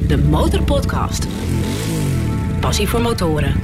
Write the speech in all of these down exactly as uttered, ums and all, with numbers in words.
de Motorpodcast. Passie voor motoren.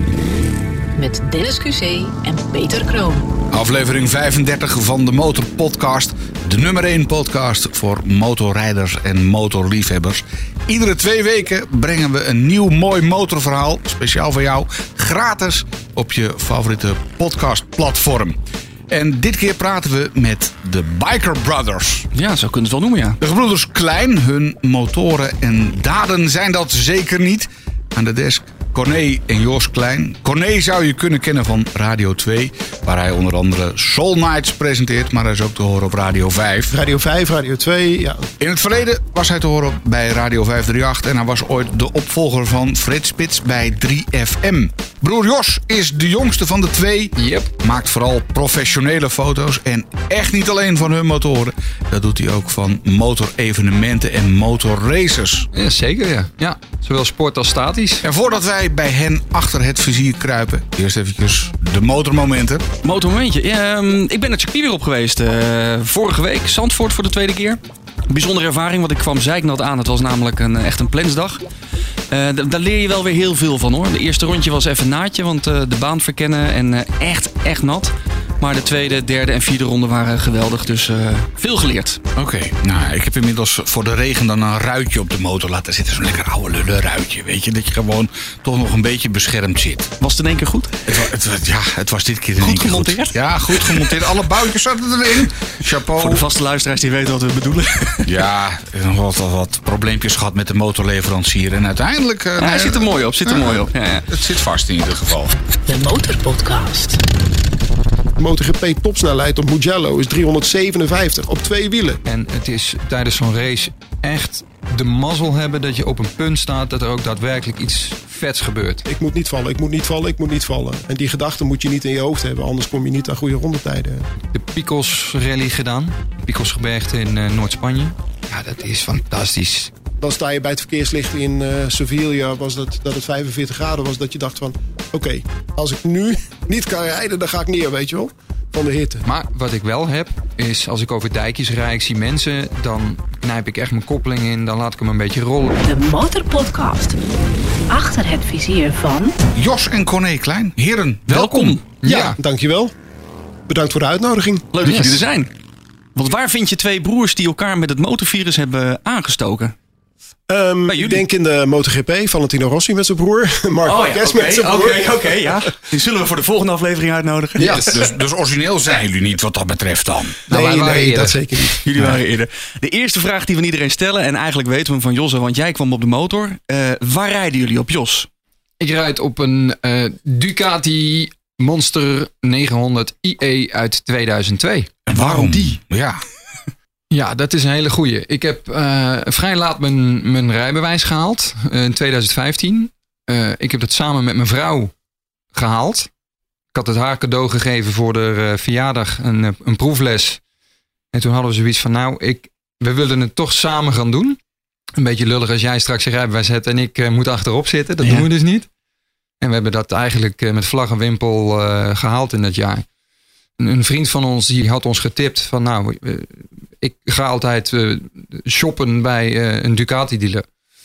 Met Dennis Q C en Peter Kroon. Aflevering vijfendertig van de Motorpodcast. De nummer één podcast voor motorrijders en motorliefhebbers. Iedere twee weken brengen we een nieuw mooi motorverhaal. Speciaal voor jou. Gratis op je favoriete podcastplatform. En dit keer praten we met de Biker Brothers. Ja, zo kunnen we het wel noemen, ja. De gebroeders Klein, hun motoren en daden zijn dat zeker niet. Aan de desk Corné en Jos Klein. Corné zou je kunnen kennen van Radio twee, waar hij onder andere Soul Nights presenteert, maar hij is ook te horen op Radio vijf. Radio vijf, Radio twee, ja. In het verleden was hij te horen bij Radio vijf drie acht en hij was ooit de opvolger van Frits Spits bij drie F M. Broer Jos is de jongste van de twee. Yep. Maakt vooral professionele foto's en echt niet alleen van hun motoren. Dat doet hij ook van motorevenementen en motorraces. Ja, zeker, ja. ja. Zowel sport als statisch. En voordat wij bij hen achter het vizier kruipen, eerst eventjes de motormomenten. Motormomentje. Ja, um, ik ben het circuit weer op geweest. Uh, vorige week, Zandvoort voor de tweede keer. Bijzondere ervaring, want ik kwam zeiknat aan. Het was namelijk een, echt een plensdag. Uh, d- daar leer je wel weer heel veel van, hoor. De eerste rondje was even naadje, want uh, de baan verkennen en uh, echt, echt nat. Maar de tweede, derde en vierde ronde waren geweldig, dus uh, veel geleerd. Oké, okay. Nou, ik heb inmiddels voor de regen dan een ruitje op de motor laten zitten. Zo'n lekker oude lullen ruitje, weet je. Dat je gewoon toch nog een beetje beschermd zit. Was het in één keer goed? Het, het, ja, het was dit keer in één goed keer gemonteerd? Goed. Ja, goed gemonteerd. Alle boutjes zaten erin. Chapeau. Voor de vaste luisteraars die weten wat we bedoelen. Ja, nog wat, wat, wat probleempjes gehad met de motorleverancier. En uiteindelijk... Uh, ja, hij zit er mooi op, zit er uh, mooi op. Ja, ja. Het zit vast in ieder geval. De Motorpodcast. De MotoGP topsnelheid op Mugello is driehonderdzevenenvijftig op twee wielen. En het is tijdens zo'n race echt de mazzel hebben dat je op een punt staat dat er ook daadwerkelijk iets vets gebeurt. Ik moet niet vallen, ik moet niet vallen, ik moet niet vallen. En die gedachte moet je niet in je hoofd hebben, anders kom je niet aan goede rondetijden. De Picos Rally gedaan, Picos gebergte in uh, Noord-Spanje. Ja, dat is fantastisch. Dan sta je bij het verkeerslicht in uh, Sevilla, was dat, dat het vijfenveertig graden was, dat je dacht van, oké, okay, als ik nu niet kan rijden, dan ga ik neer, weet je wel, van de hitte. Maar wat ik wel heb, is als ik over dijkjes rijd, ik zie mensen, dan knijp ik echt mijn koppeling in, dan laat ik hem een beetje rollen. De Motorpodcast. Achter het vizier van... Jos en Corné Klein. Heren, welkom. welkom. Ja, ja, dankjewel. Bedankt voor de uitnodiging. Leuk dat yes. jullie er zijn. Want waar vind je twee broers die elkaar met het motorvirus hebben aangestoken? Um, ik denk in de MotoGP, Valentino Rossi met zijn broer. Marc Marquez oh, ja, okay, met zijn broer. Oké, okay, oké, okay, ja. Die zullen we voor de volgende aflevering uitnodigen. Ja. Dus, dus, dus origineel zijn jullie niet wat dat betreft dan? Nee, nou, nee eerder. dat zeker niet. Jullie waren eerder. De eerste vraag die we aan iedereen stellen, en eigenlijk weten we hem van Jos, want jij kwam op de motor. Uh, waar rijden jullie op, Jos? Ik rijd op een uh, Ducati Monster negenhonderd I E uit tweeduizend twee. En waarom die? Ja. Ja, dat is een hele goeie. Ik heb uh, vrij laat mijn, mijn rijbewijs gehaald. Uh, in tweeduizend vijftien. Uh, ik heb dat samen met mijn vrouw gehaald. Ik had het haar cadeau gegeven voor de uh, verjaardag. Een, een proefles. En toen hadden we zoiets van, nou, ik, we willen het toch samen gaan doen. Een beetje lullig als jij straks je rijbewijs hebt en ik uh, moet achterop zitten. Dat ja. doen we dus niet. En we hebben dat eigenlijk uh, met vlag en wimpel uh, gehaald in dat jaar. Een, een vriend van ons die had ons getipt van, nou... Uh, Ik ga altijd uh, shoppen bij uh, een Ducati dealer.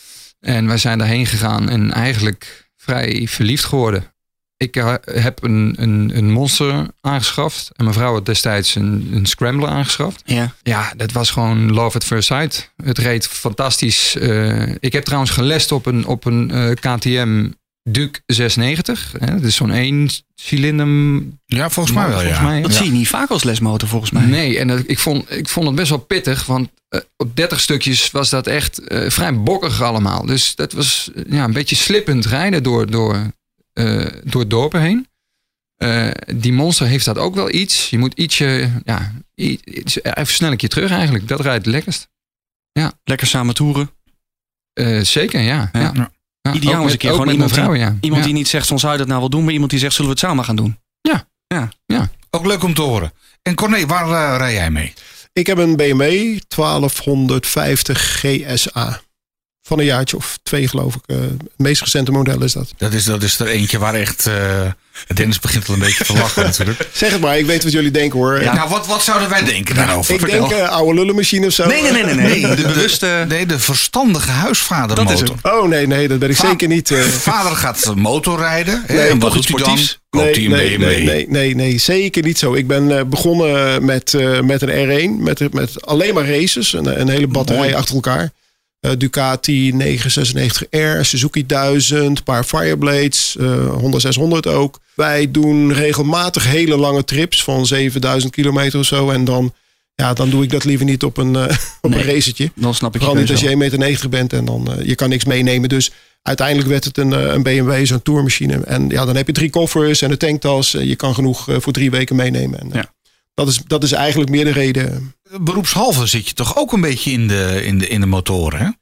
En wij zijn daarheen gegaan en eigenlijk vrij verliefd geworden. Ik uh, heb een, een, een Monster aangeschaft. En mijn vrouw had destijds een, een Scrambler aangeschaft. Ja. Ja, dat was gewoon love at first sight. Het reed fantastisch. Uh, ik heb trouwens gelest op een, op een uh, K T M Duke zesennegentig. Hè? Dat is zo'n één cilinder. Ja, volgens mij wel. Volgens ja. mij. Dat ja. zie je niet vaak als lesmotor, volgens mij. Nee, en dat, ik, vond, ik vond het best wel pittig. Want uh, op dertig stukjes was dat echt uh, vrij bokkig allemaal. Dus dat was uh, ja, een beetje slippend rijden door, door, uh, door het dorpen heen. Uh, die Monster heeft dat ook wel iets. Je moet ietsje, ja, iets, even snelletje terug eigenlijk. Dat rijdt het lekkerst. Ja. Lekker samen toeren. Uh, zeker, ja. ja. ja. Ja, ideaal is een keer gewoon iemand, vrouw, die, ja. iemand ja. die niet zegt, van zou je dat nou wel doen, maar iemand die zegt, zullen we het samen gaan doen? Ja. Ja. ja. Ook leuk om te horen. En Corné, waar uh, rij jij mee? Ik heb een B M W twaalfhonderdvijftig G S A. van een jaartje of twee, geloof ik. Uh, het meest recente model is dat. Dat is, dat is er eentje waar echt... Uh, Dennis begint al een beetje te lachen natuurlijk. Zeg het maar, ik weet wat jullie denken hoor. Ja, nou, wat, wat zouden wij denken daarover? Ik Vertel. denk uh, oude lullenmachine of zo. Nee, nee, nee. nee, nee. De bewuste... Nee, de verstandige huisvadermotor. Oh nee, nee, dat ben ik Va- zeker niet. Uh... Vader gaat motorrijden. Nee, en wat doet hij dan? Koopt hij een nee, B M W? Nee, nee, nee, nee, zeker niet zo. Ik ben uh, begonnen met, uh, met een R één. Met, met alleen maar races. Een, een hele batterij Mooi. achter elkaar. Uh, Ducati negen zesennegentig R, Suzuki duizend, een paar Fireblades, uh, Honda zeshonderd ook. Wij doen regelmatig hele lange trips van zevenduizend kilometer of zo. En dan, ja, dan doe ik dat liever niet op een, uh, op nee, een racetje. Dan snap ik Vooral niet als je één meter negentig bent en dan uh, je kan niks meenemen. Dus uiteindelijk werd het een, een B M W, zo'n tourmachine. En ja, dan heb je drie koffers en een tanktas. Je kan genoeg uh, voor drie weken meenemen. En, uh, ja. dat, is, dat is eigenlijk meer de reden. Beroepshalve zit je toch ook een beetje in de, in de, in de motoren, hè?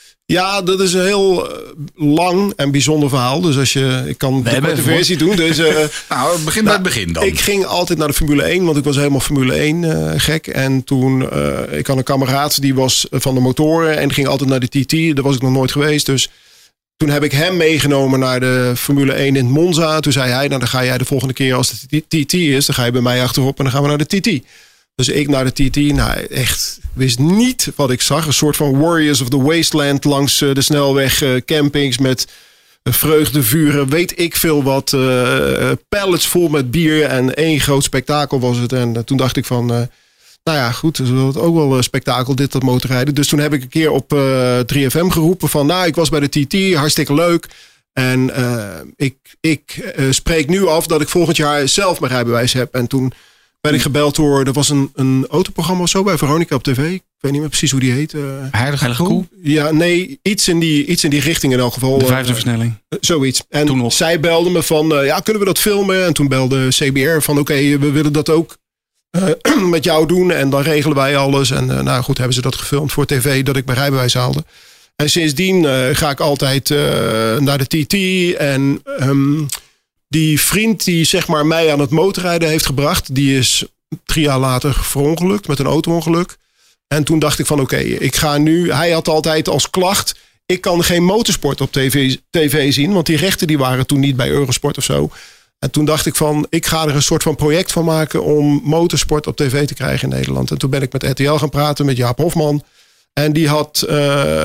Ja, dat is een heel lang en bijzonder verhaal. Dus als je, ik kan We de korte versie doen. Dus, uh, nou, begin bij het begin dan. Ik ging altijd naar de Formule één, want ik was helemaal Formule één uh, gek. En toen, uh, ik had een kameraad die was van de motoren en ging altijd naar de T T. Daar was ik nog nooit geweest. Dus toen heb ik hem meegenomen naar de Formule één in Monza. Toen zei hij, nou dan ga jij de volgende keer als de T T is, dan ga je bij mij achterop en dan gaan we naar de T T. Dus ik naar de T T, nou echt, wist niet wat ik zag. Een soort van Warriors of the Wasteland langs uh, de snelweg. Uh, campings met uh, vreugdevuren, weet ik veel wat. Uh, pallets vol met bier en één groot spektakel was het. En uh, toen dacht ik van, uh, nou ja goed, dat is ook wel een spektakel dit, dat motorrijden. Dus toen heb ik een keer op uh, drie F M geroepen van, nou ik was bij de T T, hartstikke leuk. En uh, ik, ik uh, spreek nu af dat ik volgend jaar zelf mijn rijbewijs heb. En toen... ben ik gebeld door, er was een, een autoprogramma of zo bij Veronica op tv. Ik weet niet meer precies hoe die heet. Uh, Heilige, Heilige Koe? Ja, nee, iets in, die, iets in die richting in elk geval. De vijfde uh, versnelling. Uh, zoiets. En zij belde me van, uh, ja, kunnen we dat filmen? En toen belde C B R van, oké, okay, we willen dat ook uh, met jou doen. En dan regelen wij alles. En uh, nou goed, hebben ze dat gefilmd voor tv dat ik mijn rijbewijs haalde. En sindsdien uh, ga ik altijd uh, naar de T T en... Um, die vriend die zeg maar mij aan het motorrijden heeft gebracht, die is drie jaar later verongelukt met een auto-ongeluk. En toen dacht ik van oké, okay, ik ga nu... Hij had altijd als klacht, ik kan geen motorsport op tv, tv zien, want die rechten die waren toen niet bij Eurosport of zo. En toen dacht ik van, ik ga er een soort van project van maken om motorsport op tv te krijgen in Nederland. En toen ben ik met R T L gaan praten, met Jaap Hofman. En die had, uh,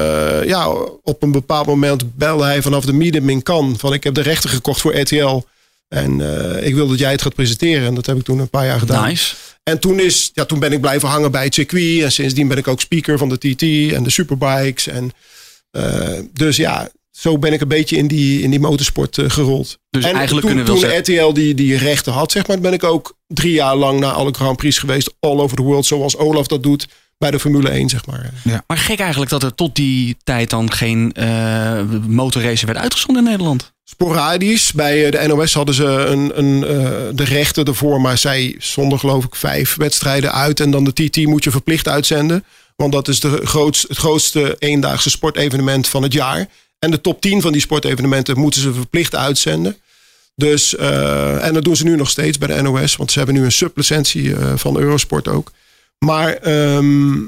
ja, op een bepaald moment belde hij vanaf de Medium in Cannes van ik heb de rechten gekocht voor R T L. En uh, ik wil dat jij het gaat presenteren. En dat heb ik toen een paar jaar gedaan. Nice. En toen, is, ja, toen ben ik blijven hangen bij het circuit. En sindsdien ben ik ook speaker van de T T en de superbikes. En, uh, dus ja, zo ben ik een beetje in die, in die motorsport uh, gerold. Dus en eigenlijk toen, kunnen we toen R T L die, die rechten had, zeg maar, ben ik ook drie jaar lang naar alle Grand Prix geweest. All over the world, zoals Olaf dat doet. Bij de Formule één, zeg maar. Ja. Maar gek eigenlijk dat er tot die tijd dan geen uh, motorrace werd uitgezonden in Nederland. Sporadisch. Bij de N O S hadden ze een, een, uh, de rechten ervoor. Maar zij zonden geloof ik vijf wedstrijden uit. En dan de T T moet je verplicht uitzenden. Want dat is de grootste, het grootste eendaagse sportevenement van het jaar. En de top tien van die sportevenementen moeten ze verplicht uitzenden. Dus, uh, en dat doen ze nu nog steeds bij de N O S. Want ze hebben nu een sublicentie uh, van Eurosport ook. Maar um,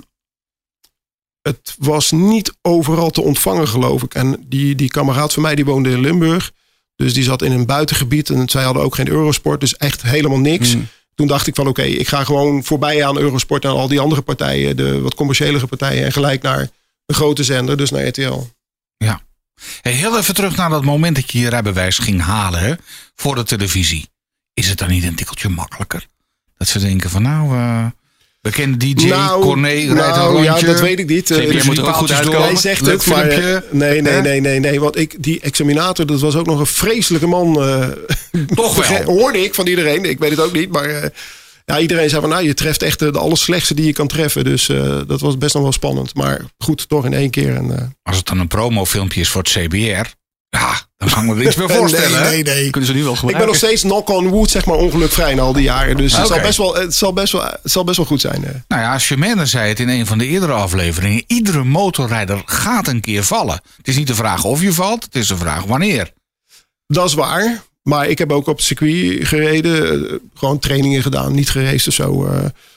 het was niet overal te ontvangen, geloof ik. En die, die kameraad van mij, die woonde in Limburg. Dus die zat in een buitengebied. En zij hadden ook geen Eurosport. Dus echt helemaal niks. Mm. Toen dacht ik van oké, okay, ik ga gewoon voorbij aan Eurosport. En al die andere partijen, de wat commerciële partijen. En gelijk naar een grote zender, dus naar R T L. Ja. Hey, heel even terug naar dat moment dat je je rijbewijs ging halen, hè, voor de televisie. Is het dan niet een tikkeltje makkelijker? Dat ze denken van nou... Uh... Bekende D J, nou, Corné, rijdt nou, een rondje. Ja, dat weet ik niet. C B R dus moet er ook goed uitkomen. Hij zegt het, maar uh, nee, nee, nee, nee, nee. Want ik, die examinator, dat was ook nog een vreselijke man. Uh, Toch wel? Hoorde ik van iedereen. Ik weet het ook niet, maar... Uh, ja, iedereen zei van, nou, je treft echt de allerslechtste die je kan treffen. Dus uh, dat was best nog wel spannend. Maar goed, toch in één keer. En, uh... Als het dan een promofilmpje is voor het C B R... Ja, dan kan ik me er iets meer voorstellen. nee, nee, nee. Kunnen ze nu wel gebruiken. Ik ben nog steeds knock on wood, zeg maar, ongelukvrij na al die jaren. Dus okay. het, zal best wel, het, zal best wel, het zal best wel goed zijn. Hè. Nou ja, Chimène zei het in een van de eerdere afleveringen. Iedere motorrijder gaat een keer vallen. Het is niet de vraag of je valt, het is de vraag wanneer. Dat is waar. Maar ik heb ook op het circuit gereden. Gewoon trainingen gedaan, niet geraced of zo. Uh,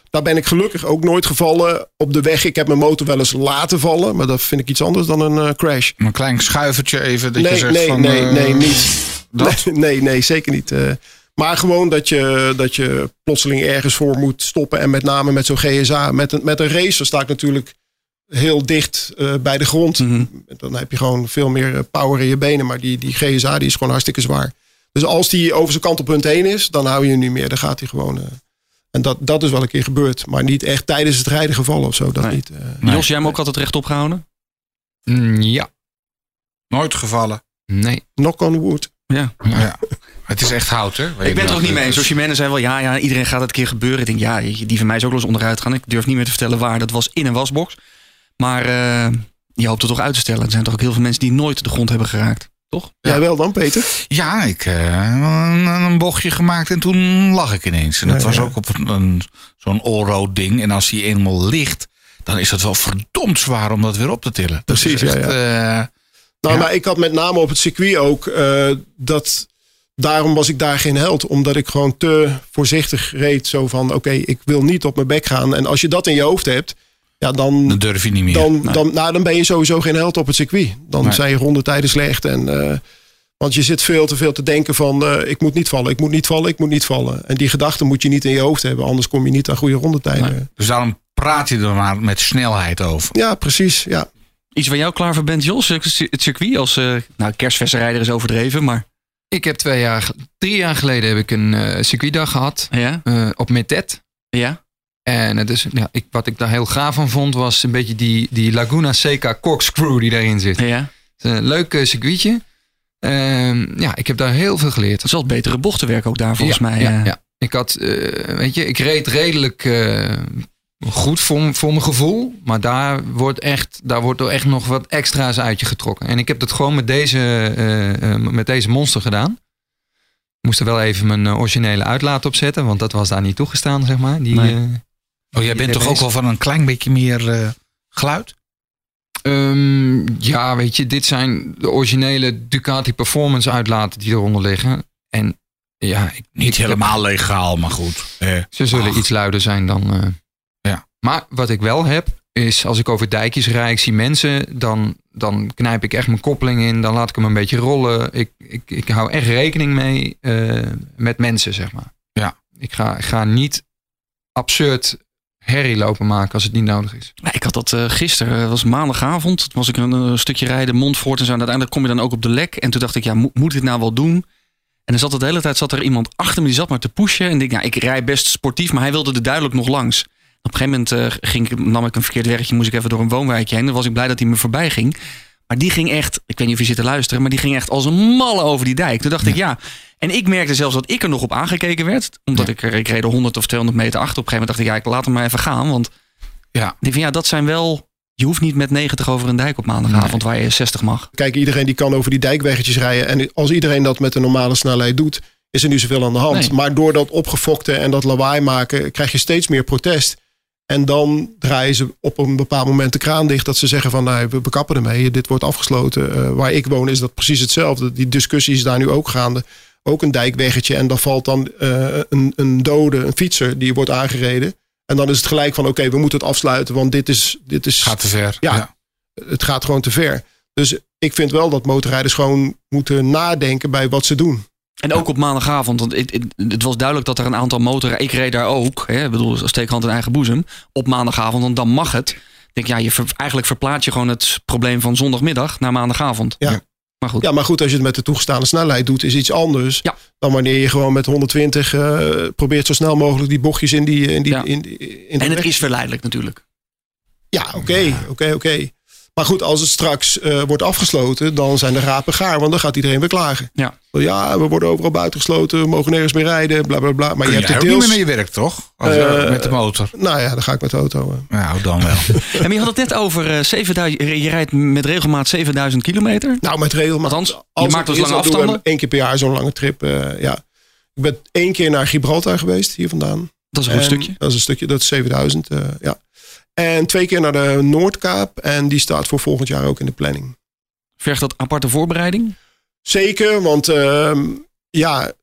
Daar ben ik gelukkig ook nooit gevallen op de weg. Ik heb mijn motor wel eens laten vallen. Maar dat vind ik iets anders dan een uh, crash. Een klein schuivertje even. Dat nee, je zegt nee, van, nee, uh, nee, niet. Dat? Nee, nee, nee, zeker niet. Uh, maar gewoon dat je, dat je plotseling ergens voor moet stoppen. En met name met zo'n G S A. Met een, met een racer sta ik natuurlijk heel dicht uh, bij de grond. Mm-hmm. Dan heb je gewoon veel meer power in je benen. Maar die, die G S A die is gewoon hartstikke zwaar. Dus als die over zijn kantelpunt heen is, dan hou je hem niet meer. Dan gaat hij gewoon... Uh, en dat, dat is wel een keer gebeurd. Maar niet echt tijdens het rijden gevallen of zo. Dat nee. niet. Uh, nee. Jos, jij hem ook altijd rechtop gehouden? Mm, ja. Nooit gevallen? Nee. Knock on wood. Ja. ja. ja. Het is echt hout, hè? Ik ben het er ook niet mee eens. Zoals je mensen zei wel, ja, ja, iedereen gaat het een keer gebeuren. Ik denk, ja, die van mij is ook wel eens onderuit gaan. Ik durf niet meer te vertellen waar. Dat was in een wasbox. Maar uh, je hoopt het toch uit te stellen. Er zijn toch ook heel veel mensen die nooit de grond hebben geraakt. Toch? Ja, ja wel dan, Peter? Ja, ik heb uh, een, een bochtje gemaakt en toen lag ik ineens. En dat ja, was ja. ook op een, een, zo'n allroad ding. En als die eenmaal ligt, dan is het wel verdomd zwaar om dat weer op te tillen. Precies, echt, ja. ja. Uh, nou, ja. maar ik had met name op het circuit ook uh, dat... Daarom was ik daar geen held. Omdat ik gewoon te voorzichtig reed. Zo van, oké, okay, ik wil niet op mijn bek gaan. En als je dat in je hoofd hebt... Ja, dan, dan durf je niet meer. Dan, nee. dan, nou, dan ben je sowieso geen held op het circuit. Dan nee. zijn je rondetijden slecht. En, uh, want je zit veel te veel te denken van... Uh, ik moet niet vallen, ik moet niet vallen, ik moet niet vallen. En die gedachten moet je niet in je hoofd hebben. Anders kom je niet aan goede rondetijden. Nee. Dus daarom praat je er maar met snelheid over. Ja, precies. Ja. Iets waar jou klaar voor bent, Jos? Het circuit als... Uh, nou, kerstfestrijder is overdreven, maar... Ik heb twee jaar, drie jaar geleden heb ik een uh, circuitdag gehad. Ja? Uh, op Metet. Ja. En het is, ja, ik, wat ik daar heel gaaf van vond, was een beetje die, die Laguna Seca corkscrew die daarin zit. Ja. Het is een leuk uh, circuitje. Uh, ja, ik heb daar heel veel geleerd. Het is wel betere bochtenwerk ook daar volgens ja, mij. Ja, uh. ja. Ik had, uh, weet je, ik reed redelijk uh, goed voor, voor mijn gevoel. Maar daar wordt, echt, daar wordt er echt nog wat extra's uit je getrokken. En ik heb dat gewoon met deze, uh, uh, met deze monster gedaan. Ik moest er wel even mijn uh, originele uitlaat op zetten. Want dat was daar niet toegestaan, zeg maar. Die, nee. uh, oh, jij bent toch ook wel van een klein beetje meer uh, geluid? Um, ja, weet je, dit zijn de originele Ducati Performance uitlaten die eronder liggen. En ja, ik, niet ik helemaal heb, legaal, maar goed. Eh, ze zullen ach. iets luider zijn dan. Uh, ja. Maar wat ik wel heb, is als ik over dijkjes rijd, ik zie mensen, dan, dan knijp ik echt mijn koppeling in, dan laat ik hem een beetje rollen. Ik, ik, ik hou echt rekening mee uh, met mensen, zeg maar. Ja. Ik ga, ik ga niet absurd herrie lopen maken als het niet nodig is. Ja, ik had dat uh, gisteren, het was maandagavond. Toen was ik een, een stukje rijden, Montfort en zo. En uiteindelijk kom je dan ook op de lek. En toen dacht ik, ja, mo- moet ik dit nou wel doen? En dan zat er de hele tijd zat er iemand achter me, die zat maar te pushen. En ik, ja, ik rij best sportief, maar hij wilde er duidelijk nog langs. Op een gegeven moment uh, ging, nam ik een verkeerd weggetje, moest ik even door een woonwijkje heen. Dan was ik blij dat hij me voorbij ging. Maar die ging echt, ik weet niet of je zit te luisteren, maar die ging echt als een malle over die dijk. Toen dacht ja. ik, ja. En ik merkte zelfs dat ik er nog op aangekeken werd. Omdat ja. ik, ik reed er honderd of tweehonderd meter achter. Op een gegeven moment dacht ik, ja, ik laat hem maar even gaan. Want ja, die van, ja, dat zijn wel... Je hoeft niet met negentig over een dijk op maandagavond nee. waar je zestig mag. Kijk, iedereen die kan over die dijkweggetjes rijden. En als iedereen dat met een normale snelheid doet, is er nu zoveel aan de hand. Nee. Maar door dat opgefokte en dat lawaai maken, krijg je steeds meer protest. En dan draaien ze op een bepaald moment de kraan dicht. Dat ze zeggen van, nou, we kappen ermee. Dit wordt afgesloten. Uh, waar ik woon is dat precies hetzelfde. Die discussie is daar nu ook gaande. Ook een dijkweggetje. En dan valt dan uh, een, een dode, een fietser, die wordt aangereden. En dan is het gelijk van, oké, okay, we moeten het afsluiten. Want dit is... Dit is gaat te ver. Ja, ja, het gaat gewoon te ver. Dus ik vind wel dat motorrijders gewoon moeten nadenken bij wat ze doen. En ook op maandagavond, want het, het, het was duidelijk dat er een aantal motoren... Ik reed daar ook, hè, ik bedoel, steekhand in eigen boezem. Op maandagavond, want dan mag het. Ik denk, ja, je ver, eigenlijk verplaats je gewoon het probleem van zondagmiddag naar maandagavond. Ja. Ja. Maar goed. Ja, maar goed, als je het met de toegestane snelheid doet, is iets anders ja. dan wanneer je gewoon met honderdtwintig uh, probeert zo snel mogelijk die bochtjes in die... In die, ja. in, in, in en het is verleidelijk natuurlijk. Ja, oké, okay, ja. oké, okay, oké. Okay. Maar goed, als het straks uh, wordt afgesloten, dan zijn de rapen gaar. Want dan gaat iedereen weer klagen. Ja, ja we worden overal buitengesloten, we mogen nergens meer rijden, bla bla bla. Maar je Kun hebt het deels... deels... niet meer naar je werk, toch? Als, uh, uh, met de motor. Nou ja, dan ga ik met de auto. Uh. Nou, dan wel. En maar je had het net over uh, zevenduizend, je rijdt met regelmaat zevenduizend kilometer. Nou, met regelmaat. Althans, je maakt dus lange afstanden. Eén keer per jaar zo'n lange trip. Uh, ja. Ik ben één keer naar Gibraltar geweest, hier vandaan. Dat is een goed en stukje. Dat is een stukje, dat is zevenduizend. Uh, ja. En twee keer naar de Noordkaap. En die staat voor volgend jaar ook in de planning. Vergt dat aparte voorbereiding? Zeker, want uh, ja,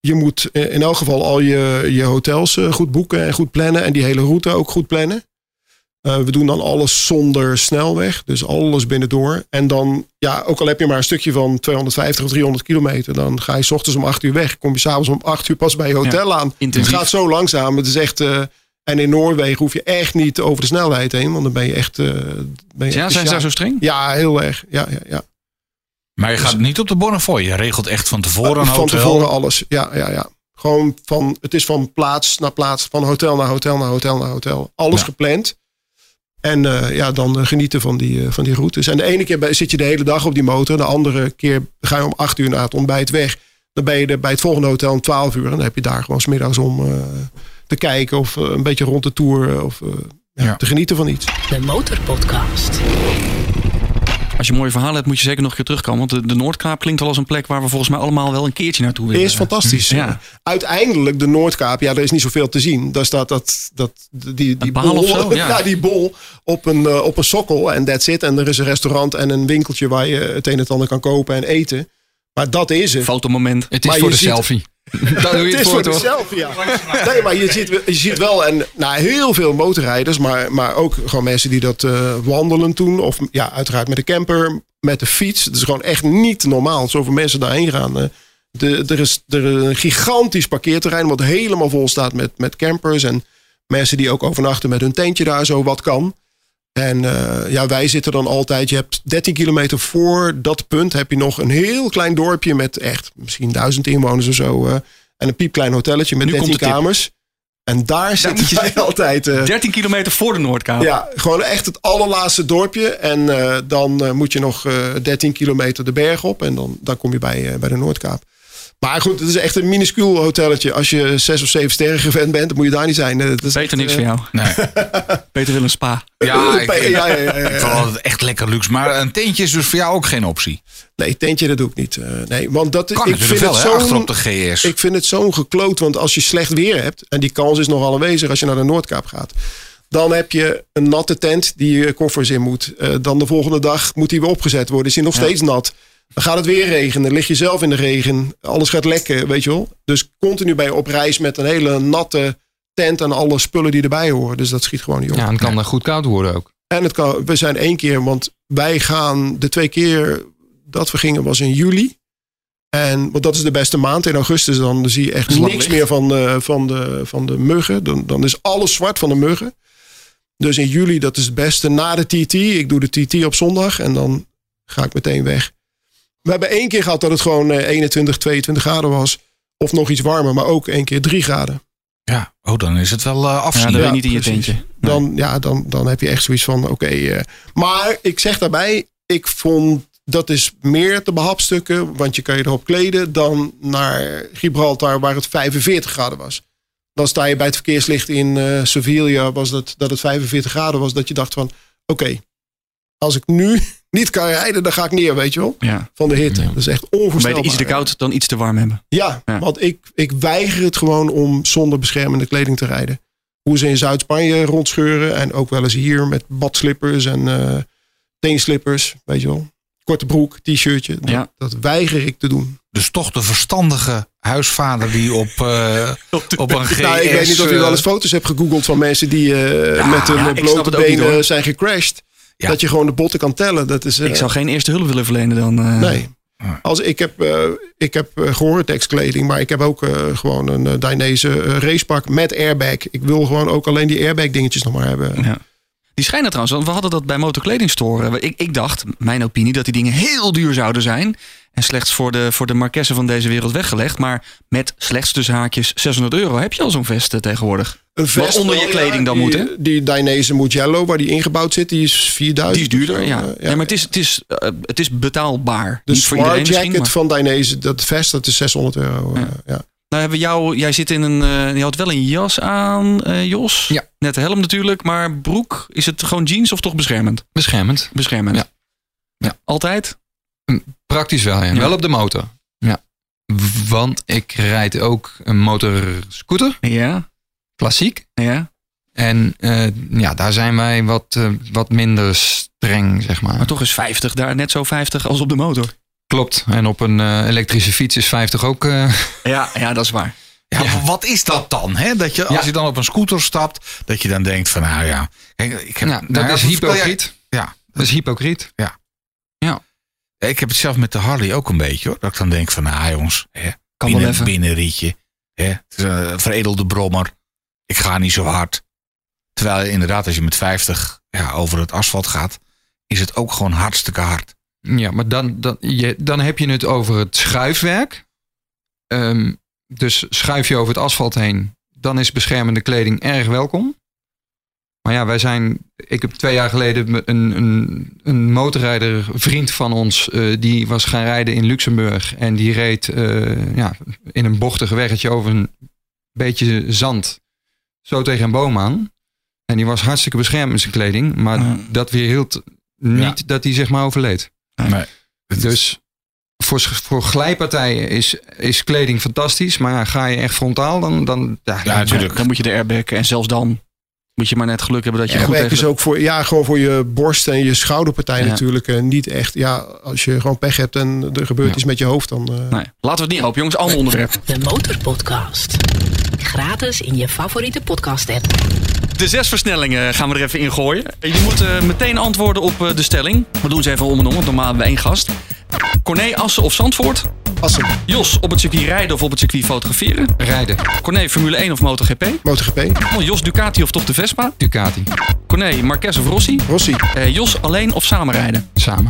je moet in elk geval al je, je hotels goed boeken en goed plannen. En die hele route ook goed plannen. Uh, we doen dan alles zonder snelweg. Dus alles binnendoor. En dan, ja, ook al heb je maar een stukje van tweehonderdvijftig of driehonderd kilometer. Dan ga je 's ochtends om acht uur weg. Kom je s'avonds om acht uur pas bij je hotel ja, aan. Intensief. Het gaat zo langzaam. Het is echt... Uh, en in Noorwegen hoef je echt niet over de snelheid heen. Want dan ben je echt... Uh, ben je ja, echt zijn ze daar zo streng? Ja, heel erg. Ja, ja, ja. Maar je gaat dus, niet op de Bonnefoy. Je regelt echt van tevoren een van hotel. Van tevoren alles. Ja, ja, ja. Gewoon van... Het is van plaats naar plaats. Van hotel naar hotel naar hotel naar hotel. Alles ja. gepland. En uh, ja, dan uh, genieten van die, uh, van die routes. En de ene keer zit je de hele dag op die motor. De andere keer ga je om acht uur na het ontbijt weg. Dan ben je er bij het volgende hotel om twaalf uur. En dan heb je daar gewoon 's middags om uh, te kijken. Of uh, een beetje rond de tour. Of uh, ja, ja. te genieten van iets. De Motorpodcast. Als je mooie verhalen hebt, moet je zeker nog een keer terugkomen. Want de, de Noordkaap klinkt al als een plek waar we volgens mij allemaal wel een keertje naartoe willen. Is fantastisch. Ja. Uiteindelijk de Noordkaap, ja, er is niet zoveel te zien. Daar staat dat, dat die, die, bol, of zo, ja. ja, die bol op een, uh, op een sokkel en that's it. En er is een restaurant en een winkeltje waar je het een en het ander kan kopen en eten. Maar dat is het. Fotomoment. Het is maar voor de ziet, selfie. Daar doe je het, het is voor, voor de selfie, ja. Nee, maar je ziet, je ziet wel en, nou, heel veel motorrijders, maar, maar ook gewoon mensen die dat uh, wandelen doen. Of ja, uiteraard met de camper, met de fiets. Het is gewoon echt niet normaal. Zoveel mensen daarheen gaan. Uh, de, er is er een gigantisch parkeerterrein wat helemaal vol staat met, met campers. En mensen die ook overnachten met hun tentje daar zo wat kan. En uh, ja, wij zitten dan altijd, je hebt dertien kilometer voor dat punt heb je nog een heel klein dorpje met echt misschien duizend inwoners of zo. Uh, en een piepklein hotelletje met dertien kamers. En daar zitten wij altijd. Uh, dertien kilometer voor de Noordkaap. Ja, gewoon echt het allerlaatste dorpje. En uh, dan uh, moet je nog uh, dertien kilometer de berg op. En dan, dan kom je bij, uh, bij de Noordkaap. Maar goed, het is echt een minuscuul hotelletje. Als je zes of zeven sterren gewend bent, dan moet je daar niet zijn. Dat is Peter, echt, niks uh, voor jou. Nee. Peter wil een spa. Ja, ik, ja, ja, ja, ja, ja. ik vond het echt lekker luxe. Maar een tentje is dus voor jou ook geen optie. Nee, tentje dat doe ik niet. Uh, nee, want dat kan ik vind wel, het hè, zo'n, achter op de G S. Ik vind het zo'n gekloot. Want als je slecht weer hebt, en die kans is nogal aanwezig als je naar de Noordkaap gaat. Dan heb je een natte tent die je koffers in moet. Uh, dan de volgende dag moet die weer opgezet worden. Is die nog ja. steeds nat. Dan gaat het weer regenen. Dan lig je zelf in de regen. Alles gaat lekken, weet je wel. Dus continu ben je op reis met een hele natte tent en alle spullen die erbij horen. Dus dat schiet gewoon niet op. Ja, en het kan dan goed koud worden ook. En het kan, we zijn één keer, want wij gaan de twee keer dat we gingen was in juli. En want dat is de beste maand. In augustus dan zie je echt niks licht. meer van de, van, de, van de muggen. Dan, dan is alles zwart van de muggen. Dus in juli, dat is het beste na de T T. Ik doe de T T op zondag en dan ga ik meteen weg. We hebben één keer gehad dat het gewoon eenentwintig, tweeëntwintig graden was. Of nog iets warmer, maar ook één keer drie graden. Ja, oh, dan is het wel uh, afzien. Ja, dan ben je ja, niet in je precies. tentje. Nee. Dan, ja, dan, dan heb je echt zoiets van, oké. Okay, uh, maar ik zeg daarbij, ik vond dat is meer te behapstukken. Want je kan je erop kleden dan naar Gibraltar waar het vijfenveertig graden was. Dan sta je bij het verkeerslicht in uh, Sevilla, was dat, dat het vijfenveertig graden was. Dat je dacht van, oké, okay, als ik nu niet kan rijden, dan ga ik neer, weet je wel. Ja. Van de hitte. Ja. Dat is echt onvoorstelbaar. Beter iets te koud dan iets te warm hebben. Ja, ja. want ik, ik weiger het gewoon om zonder beschermende kleding te rijden. Hoe ze in Zuid-Spanje rondscheuren. En ook wel eens hier met badslippers en uh, teenslippers, weet je wel. Korte broek, t-shirtje. Dat, ja. dat weiger ik te doen. Dus toch de verstandige huisvader die op, uh, op een G S... Nou, ik weet niet of je wel eens foto's hebt gegoogeld van mensen die uh, ja, met hun ja, blote benen niet, zijn gecrashed. Ja. Dat je gewoon de botten kan tellen. Dat is, uh, ik zou geen eerste hulp willen verlenen dan. Uh... Nee. Als, ik heb, uh, ik heb uh, Gore-Tex kleding, maar ik heb ook uh, gewoon een uh, Dainese uh, racepak met airbag. Ik wil gewoon ook alleen die airbag dingetjes nog maar hebben. Ja. Die schijnen trouwens, want we hadden dat bij motorkledingstoren. Ik, ik dacht, mijn opinie, dat die dingen heel duur zouden zijn. En slechts voor de, voor de markessen van deze wereld weggelegd. Maar met slechts tussen haakjes zeshonderd euro heb je al zo'n vest uh, tegenwoordig. Een vest wat onder je kleding dan die, moet, hè? Die Dainese Mugello, waar die ingebouwd zit, die is vierduizend. Die is duurder, ja. ja. ja. Maar het is, het is, uh, het is betaalbaar. De Niet voor iedereen Smart Jacket maar... van Dainese, dat vest, dat is zeshonderd euro. Ja. Uh, ja. Nou hebben we jou, jij zit in een, uh, je had wel een jas aan, uh, Jos. Ja. Net de helm natuurlijk, maar broek, is het gewoon jeans of toch beschermend? Beschermend. Beschermend. Ja. Ja. Altijd? Praktisch wel, ja. ja. Wel op de motor. Ja. Want ik rijd ook een motorscooter. Ja. Klassiek. Ja. En uh, ja, daar zijn wij wat, uh, wat minder streng, zeg maar. Maar toch is vijftig daar net zo vijftig als op de motor. Klopt. En op een uh, elektrische fiets is vijftig ook... Uh... Ja, ja, dat is waar. Ja, ja. Wat is dat dan? Hè? Dat je, als ja. je dan op een scooter stapt, dat je dan denkt van nou ja... Kijk, ik heb, ja dat nou, is hypocriet. Ja. Dat is hypocriet. Ja. Ja. Ik heb het zelf met de Harley ook een beetje hoor. Dat ik dan denk van nou jongens, hè, kan binnen, wel even. binnenrietje. Hè, het is een veredelde brommer. Ik ga niet zo hard. Terwijl inderdaad als je met vijftig ja, over het asfalt gaat, is het ook gewoon hartstikke hard. Ja, maar dan, dan, je, dan heb je het over het schuifwerk. Um, dus schuif je over het asfalt heen, dan is beschermende kleding erg welkom. Maar ja, wij zijn... Ik heb twee jaar geleden een, een, een motorrijder, vriend van ons, uh, die was gaan rijden in Luxemburg. En die reed uh, ja, in een bochtig weggetje over een beetje zand. Zo tegen een boom aan. En die was hartstikke beschermd met zijn kleding. Maar uh. dat weerhield niet ja. dat hij zeg maar overleed. Nee, dus voor, voor glijpartijen is, is kleding fantastisch. Maar ja, ga je echt frontaal, dan... dan ja, ja, natuurlijk. Dan moet je de airbag. En zelfs dan moet je maar net geluk hebben dat je ja, goed airbag tegen... is ook voor, ja, gewoon voor je borst en je schouderpartij ja. natuurlijk. Uh, niet echt, ja, als je gewoon pech hebt en er gebeurt ja. iets met je hoofd, dan... Uh... Nee, laten we het niet hopen, jongens. Ander onderwerp. De Motorpodcast. Gratis in je favoriete podcast app. De zes versnellingen gaan we er even in gooien. Jullie moeten meteen antwoorden op de stelling. We doen ze even om en om, want normaal hebben we één gast. Corné, Assen of Zandvoort? Assen. Jos, op het circuit rijden of op het circuit fotograferen? Rijden. Corné, Formule één of MotoGP? MotoGP. Oh, Jos, Ducati of toch de Vespa? Ducati. Corné, Marquez of Rossi? Rossi. Uh, Jos, alleen of samen rijden? Samen.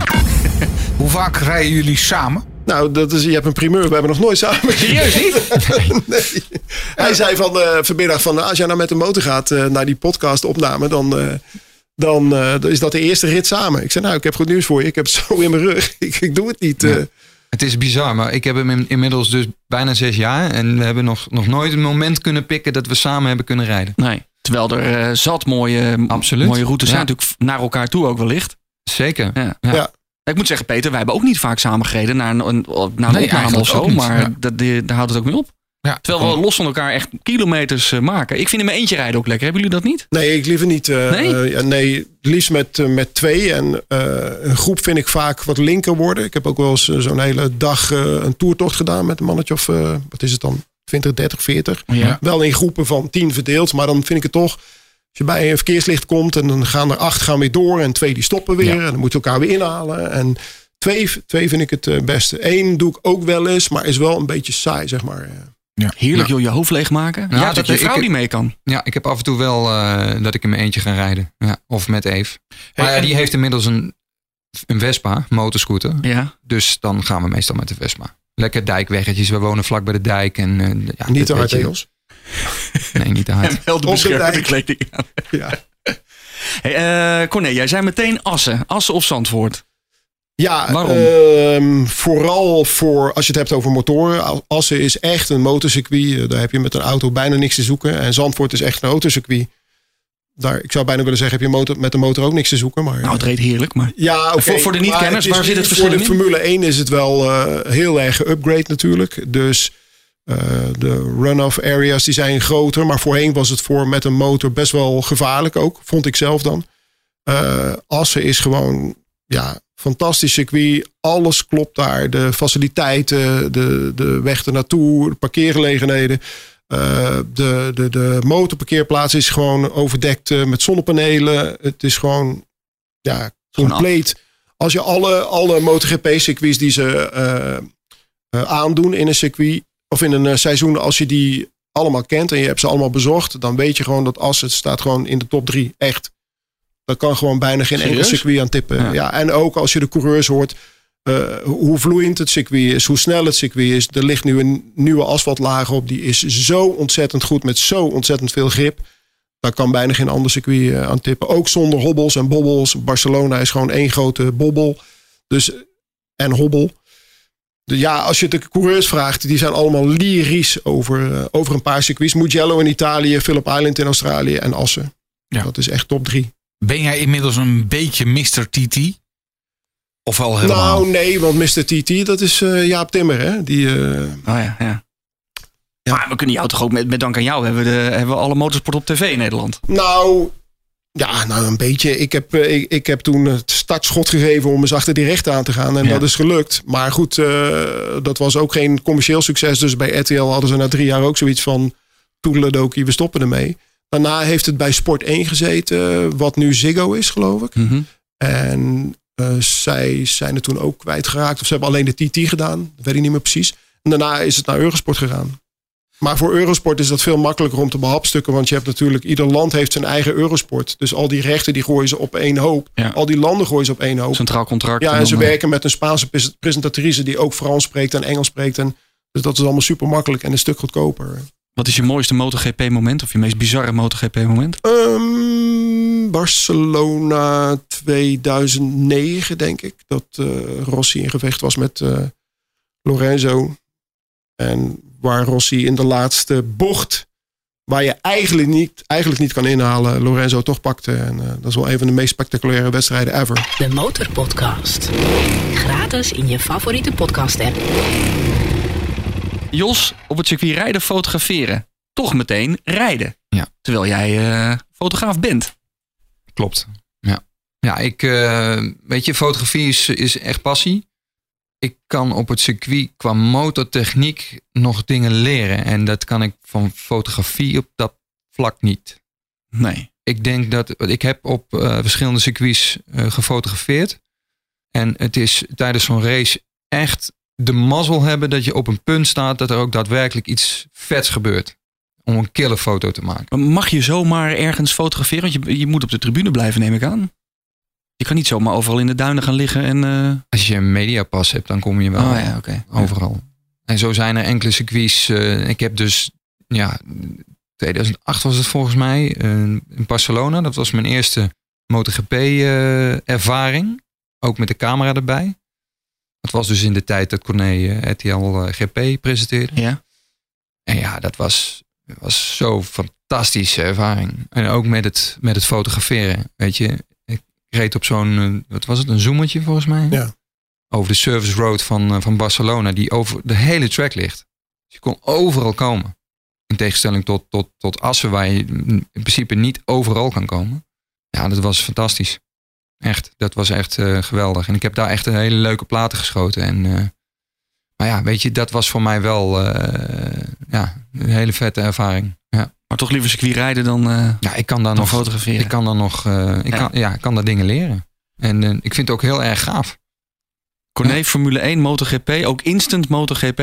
Hoe vaak rijden jullie samen? Nou, dat is, je hebt een primeur. We hebben nog nooit samen. Serieus niet? Nee. Hij zei van uh, vanmiddag van als jij nou met de motor gaat uh, naar die podcast opname, dan, uh, dan uh, is dat de eerste rit samen. Ik zei nou, ik heb goed nieuws voor je. Ik heb het zo in mijn rug. ik, ik doe het niet. Uh. Ja. Het is bizar, maar ik heb hem in, inmiddels dus bijna zes jaar. En we hebben nog, nog nooit een moment kunnen pikken dat we samen hebben kunnen rijden. Nee, terwijl er uh, zat mooie, Absoluut. mooie routes zijn ja. natuurlijk naar elkaar toe ook wellicht. Zeker. Ja. Ja. Ja. Ik moet zeggen, Peter, wij hebben ook niet vaak samen gereden naar een, een, naar een nee, opname of zo. Niet, maar ja. dat, die, daar houdt het ook mee op. Ja, Terwijl we los van elkaar echt kilometers uh, maken. Ik vind in mijn eentje rijden ook lekker. Hebben jullie dat niet? Nee, ik liever niet. Uh, Nee? Uh, ja, nee, liefst met, uh, met twee. En uh, een groep vind ik vaak wat linker worden. Ik heb ook wel eens uh, zo'n hele dag uh, een toertocht gedaan met een mannetje of, uh, wat is het dan? twintig, dertig, veertig. Ja. Wel in groepen van tien verdeeld. Maar dan vind ik het toch, als je bij een verkeerslicht komt en dan gaan er acht gaan weer door en twee die stoppen weer. Ja. En dan moeten we elkaar weer inhalen. En twee, twee vind ik het uh, beste. Eén doe ik ook wel eens, maar is wel een beetje saai, zeg maar. Ja. Heerlijk, Ja. joh, je hoofd leegmaken. Ja, Ja, dat dat je ik- vrouw ik- die mee kan. Ja, ik heb af en toe wel uh, dat ik in mijn eentje ga rijden. Ja, of met Eve. Maar ja, die heeft inmiddels een, een Vespa, motorscooter. Ja. Dus dan gaan we meestal met de Vespa. Lekker dijkweggetjes. We wonen vlak bij de dijk. En, uh, ja, Niet dat te hard, weet je. Jos. Nee, niet te hard. En wel de Op de beschermende dijk. kleding aan. Ja. Hey, uh, Corné, jij zei meteen Assen. Assen of Zandvoort? Ja, Waarom? ehm, vooral voor als je het hebt over motoren. Assen is echt een motorcircuit. Uh, Daar heb je met een auto bijna niks te zoeken. En Zandvoort is echt een autocircuit. Daar, ik zou bijna willen zeggen, heb je motor, met de motor ook niks te zoeken. Maar, Nou, het reed heerlijk, maar... ja, oké. voor- voor de niet-kenners, Maar het is waar zit het voor verschil de in? Formule één is het wel uh, heel erg geupgrade natuurlijk. Dus uh, de run-off areas die zijn groter. Maar voorheen was het voor met een motor best wel gevaarlijk ook. Vond ik zelf dan. Uh, Assen is gewoon... ja, fantastisch circuit. Alles klopt daar. De faciliteiten, de, de weg ernaartoe, de parkeergelegenheden. Uh, de, de, de motorparkeerplaats is gewoon overdekt uh, met zonnepanelen. Het is gewoon ja, Gewoon compleet. Als je alle, alle MotoGP-circuits die ze uh, uh, aandoen in een circuit of in een uh, seizoen, als je die allemaal kent en je hebt ze allemaal bezocht, dan weet je gewoon dat Assen staat gewoon in de top drie. Echt. Dat kan gewoon bijna geen enkel Serieus? circuit aan tippen. Ja. Ja, en ook als je de coureurs hoort, uh, hoe vloeiend het circuit is, hoe snel het circuit is. Er ligt nu een nieuwe asfaltlaag op. Die is zo ontzettend goed met zo ontzettend veel grip. Daar kan bijna geen ander circuit uh, aan tippen. Ook zonder hobbels en bobbels. Barcelona is gewoon één grote bobbel. Dus, en hobbel. De, ja, als je de coureurs vraagt, die zijn allemaal lyrisch over, uh, over een paar circuits. Mugello in Italië, Phillip Island in Australië en Assen. Ja. Dat is echt top drie. Ben jij inmiddels een beetje mister T T? Of al helemaal? Nou, nee, want mister T T, dat is uh, Jaap Timmer, hè? Die, uh, Oh ja, ja. Ja. Maar we kunnen jou toch ook, met, met dank aan jou, hebben we, de, hebben we alle motorsport op tv in Nederland. nou, Ja, nou een beetje. Ik heb, ik, ik heb toen het startschot gegeven om eens achter die rechten aan te gaan. En ja. dat is gelukt. Maar goed, uh, dat was ook geen commercieel succes. Dus bij R T L hadden ze na drie jaar ook zoiets van... toedeledokie, we stoppen ermee. Daarna heeft het bij Sport één gezeten. Wat nu Ziggo is, geloof ik. Mm-hmm. En uh, zij zijn er toen ook kwijtgeraakt. Of ze hebben alleen de T T gedaan. Dat weet ik niet meer precies. En daarna is het naar Eurosport gegaan. Maar voor Eurosport is dat veel makkelijker om te behapstukken. Want je hebt natuurlijk, ieder land heeft zijn eigen Eurosport. Dus al die rechten die gooien ze op één hoop. Ja. Al die landen gooien ze op één hoop. Centraal contract. Ja, en, en ze werken met een Spaanse presentatrice die ook Frans spreekt en Engels spreekt. En dus dat is allemaal super makkelijk en een stuk goedkoper. Wat is je mooiste MotoGP moment? Of je meest bizarre MotoGP moment? Um, Barcelona tweeduizend negen, denk ik. Dat uh, Rossi in gevecht was met uh, Lorenzo. En waar Rossi in de laatste bocht, waar je eigenlijk niet, eigenlijk niet kan inhalen, Lorenzo toch pakte. En uh, dat is wel een van de meest spectaculaire wedstrijden ever. De Motorpodcast. Gratis in je favoriete podcast app. Jos, op het circuit rijden, fotograferen. Toch meteen rijden. Ja. Terwijl jij uh, fotograaf bent. Klopt. Ja, ja ik, uh, weet je, fotografie is, is echt passie. Ik kan op het circuit qua motortechniek nog dingen leren. En dat kan ik van fotografie op dat vlak niet. Nee. Ik denk dat, ik heb op uh, verschillende circuits uh, gefotografeerd. En het is tijdens zo'n race echt de mazzel hebben dat je op een punt staat dat er ook daadwerkelijk iets vets gebeurt. Om een killer foto te maken. Mag je zomaar ergens fotograferen? Want je, je moet op de tribune blijven, neem ik aan. Je kan niet zomaar overal in de duinen gaan liggen. En, uh... Als je een mediapas hebt, dan kom je wel oh, ja, okay. overal. Ja. En zo zijn er enkele circuits. Uh, ik heb dus, ja, tweeduizend acht was het volgens mij. Uh, in Barcelona. Dat was mijn eerste MotoGP uh, ervaring. Ook met de camera erbij. Dat was dus in de tijd dat Corné uh, R T L uh, G P presenteerde. Ja. En ja, dat was, was zo'n fantastische ervaring. En ook met het, met het fotograferen. Weet je, ik reed op zo'n, wat was het, een zoometje volgens mij? Ja. Over de service road van, van Barcelona, die over de hele track ligt. Dus je kon overal komen. In tegenstelling tot, tot, tot Assen, waar je in principe niet overal kan komen. Ja, dat was fantastisch. Echt, dat was echt uh, geweldig. En ik heb daar echt een hele leuke platen geschoten. En, uh, maar ja, weet je, dat was voor mij wel uh, ja, een hele vette ervaring. Ja. Maar toch liever circuit rijden dan, uh, ja, ik kan daar dan nog fotograferen. Ik kan dan nog, uh, ik, ja. Kan, ja, ik kan daar dingen leren. En uh, ik vind het ook heel erg gaaf. Corné, ja. Formule één, MotoGP, ook instant MotoGP.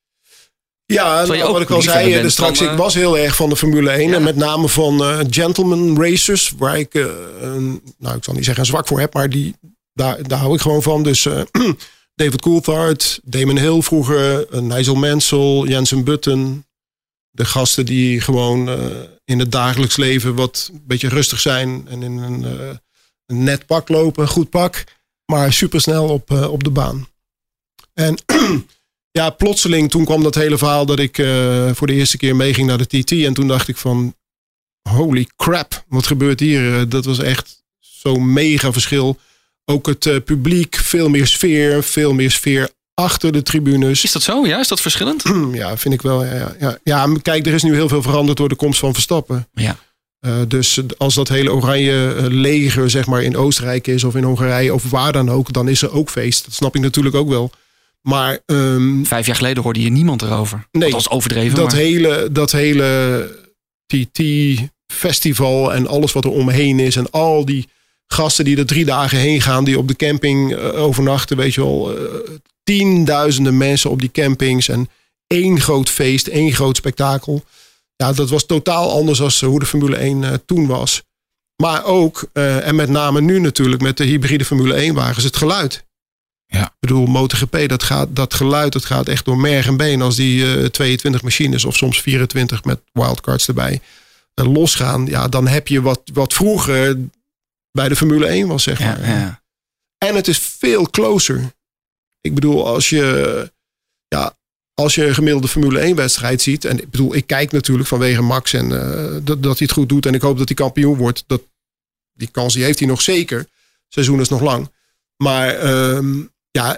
Ja, nou, wat ik al zei dus straks, van, uh... ik was heel erg van de Formule één. Ja. En met name van uh, gentleman racers, waar ik, uh, een, nou ik zal niet zeggen een zwak voor heb, maar die, daar, daar hou ik gewoon van. Dus uh, David Coulthard, Damon Hill vroeger, uh, Nigel Mansell, Jensen Button. De gasten die gewoon uh, in het dagelijks leven wat een beetje rustig zijn en in een, uh, een net pak lopen, een goed pak, maar supersnel op, uh, op de baan. En ja, plotseling toen kwam dat hele verhaal dat ik uh, voor de eerste keer meeging naar de T T. En toen dacht ik van, holy crap, wat gebeurt hier? Uh, dat was echt zo'n mega verschil. Ook het uh, publiek, veel meer sfeer, veel meer sfeer achter de tribunes. Is dat zo? Ja, is dat verschillend? Ja, vind ik wel. Ja, ja. ja, kijk, er is nu heel veel veranderd door de komst van Verstappen. Ja. Uh, dus als dat hele oranje leger zeg maar in Oostenrijk is of in Hongarije of waar dan ook, dan is er ook feest. Dat snap ik natuurlijk ook wel. Maar um, vijf jaar geleden hoorde je niemand erover. Nee, dat was overdreven. Dat, maar... hele, dat hele T T-festival en alles wat er omheen is en al die gasten die er drie dagen heen gaan, die op de camping uh, overnachten, weet je wel, uh, tienduizenden mensen op die campings en één groot feest, één groot spektakel. Ja, dat was totaal anders dan hoe de Formule één uh, toen was. Maar ook, uh, en met name nu natuurlijk met de hybride Formule één wagens, het geluid. Ja. Ik bedoel, MotoGP, dat, gaat, dat geluid dat gaat echt door merg en been als die uh, tweeëntwintig machines of soms vierentwintig met wildcards erbij uh, losgaan. Ja, dan heb je wat, wat vroeger bij de Formule één was, zeg maar. Ja, ja. En het is veel closer. Ik bedoel, als je, ja, als je een gemiddelde Formule één wedstrijd ziet, en ik bedoel, ik kijk natuurlijk vanwege Max en uh, dat, dat hij het goed doet en ik hoop dat hij kampioen wordt. Dat, die kans die heeft hij nog zeker. Het seizoen is nog lang. Maar um, ja,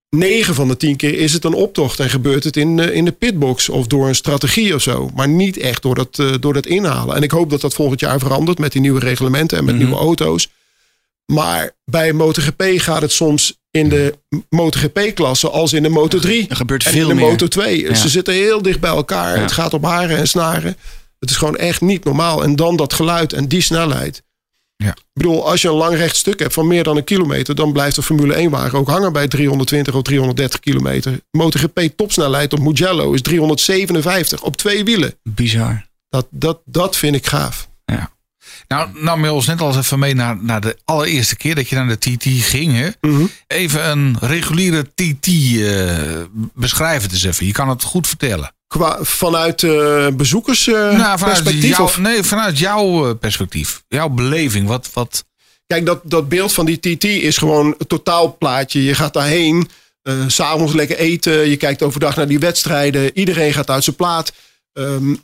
negen van de tien keer is het een optocht en gebeurt het in, uh, in de pitbox of door een strategie of zo. Maar niet echt door dat, uh, door dat inhalen. En ik hoop dat dat volgend jaar verandert met die nieuwe reglementen en met mm-hmm. nieuwe auto's. Maar bij MotoGP gaat het soms in de MotoGP-klasse als in de Moto drie. Er gebeurt en veel in de meer. Moto twee. Ja. Ze zitten heel dicht bij elkaar. Ja. Het gaat op haren en snaren. Het is gewoon echt niet normaal. En dan dat geluid en die snelheid. Ja. Ik bedoel, als je een lang recht stuk hebt van meer dan een kilometer, dan blijft de Formule één wagen ook hangen bij driehonderdtwintig of driehonderddertig kilometer. MotoGP topsnelheid op Mugello is driehonderdzevenenvijftig op twee wielen. Bizar. Dat, dat, dat vind ik gaaf. Ja. Nou, nam je ons net al eens even mee naar, naar de allereerste keer dat je naar de T T ging. Hè? Mm-hmm. Even een reguliere T T uh, beschrijf het eens even. Je kan het goed vertellen. Qua, vanuit uh, bezoekers uh, nou, vanuit perspectief? Jou, of? Nee, vanuit jouw uh, perspectief. Jouw beleving. Wat, wat... Kijk, dat, dat beeld van die T T is gewoon een totaalplaatje. Je gaat daarheen, uh, 's avonds lekker eten. Je kijkt overdag naar die wedstrijden. Iedereen gaat uit zijn plaat. Um,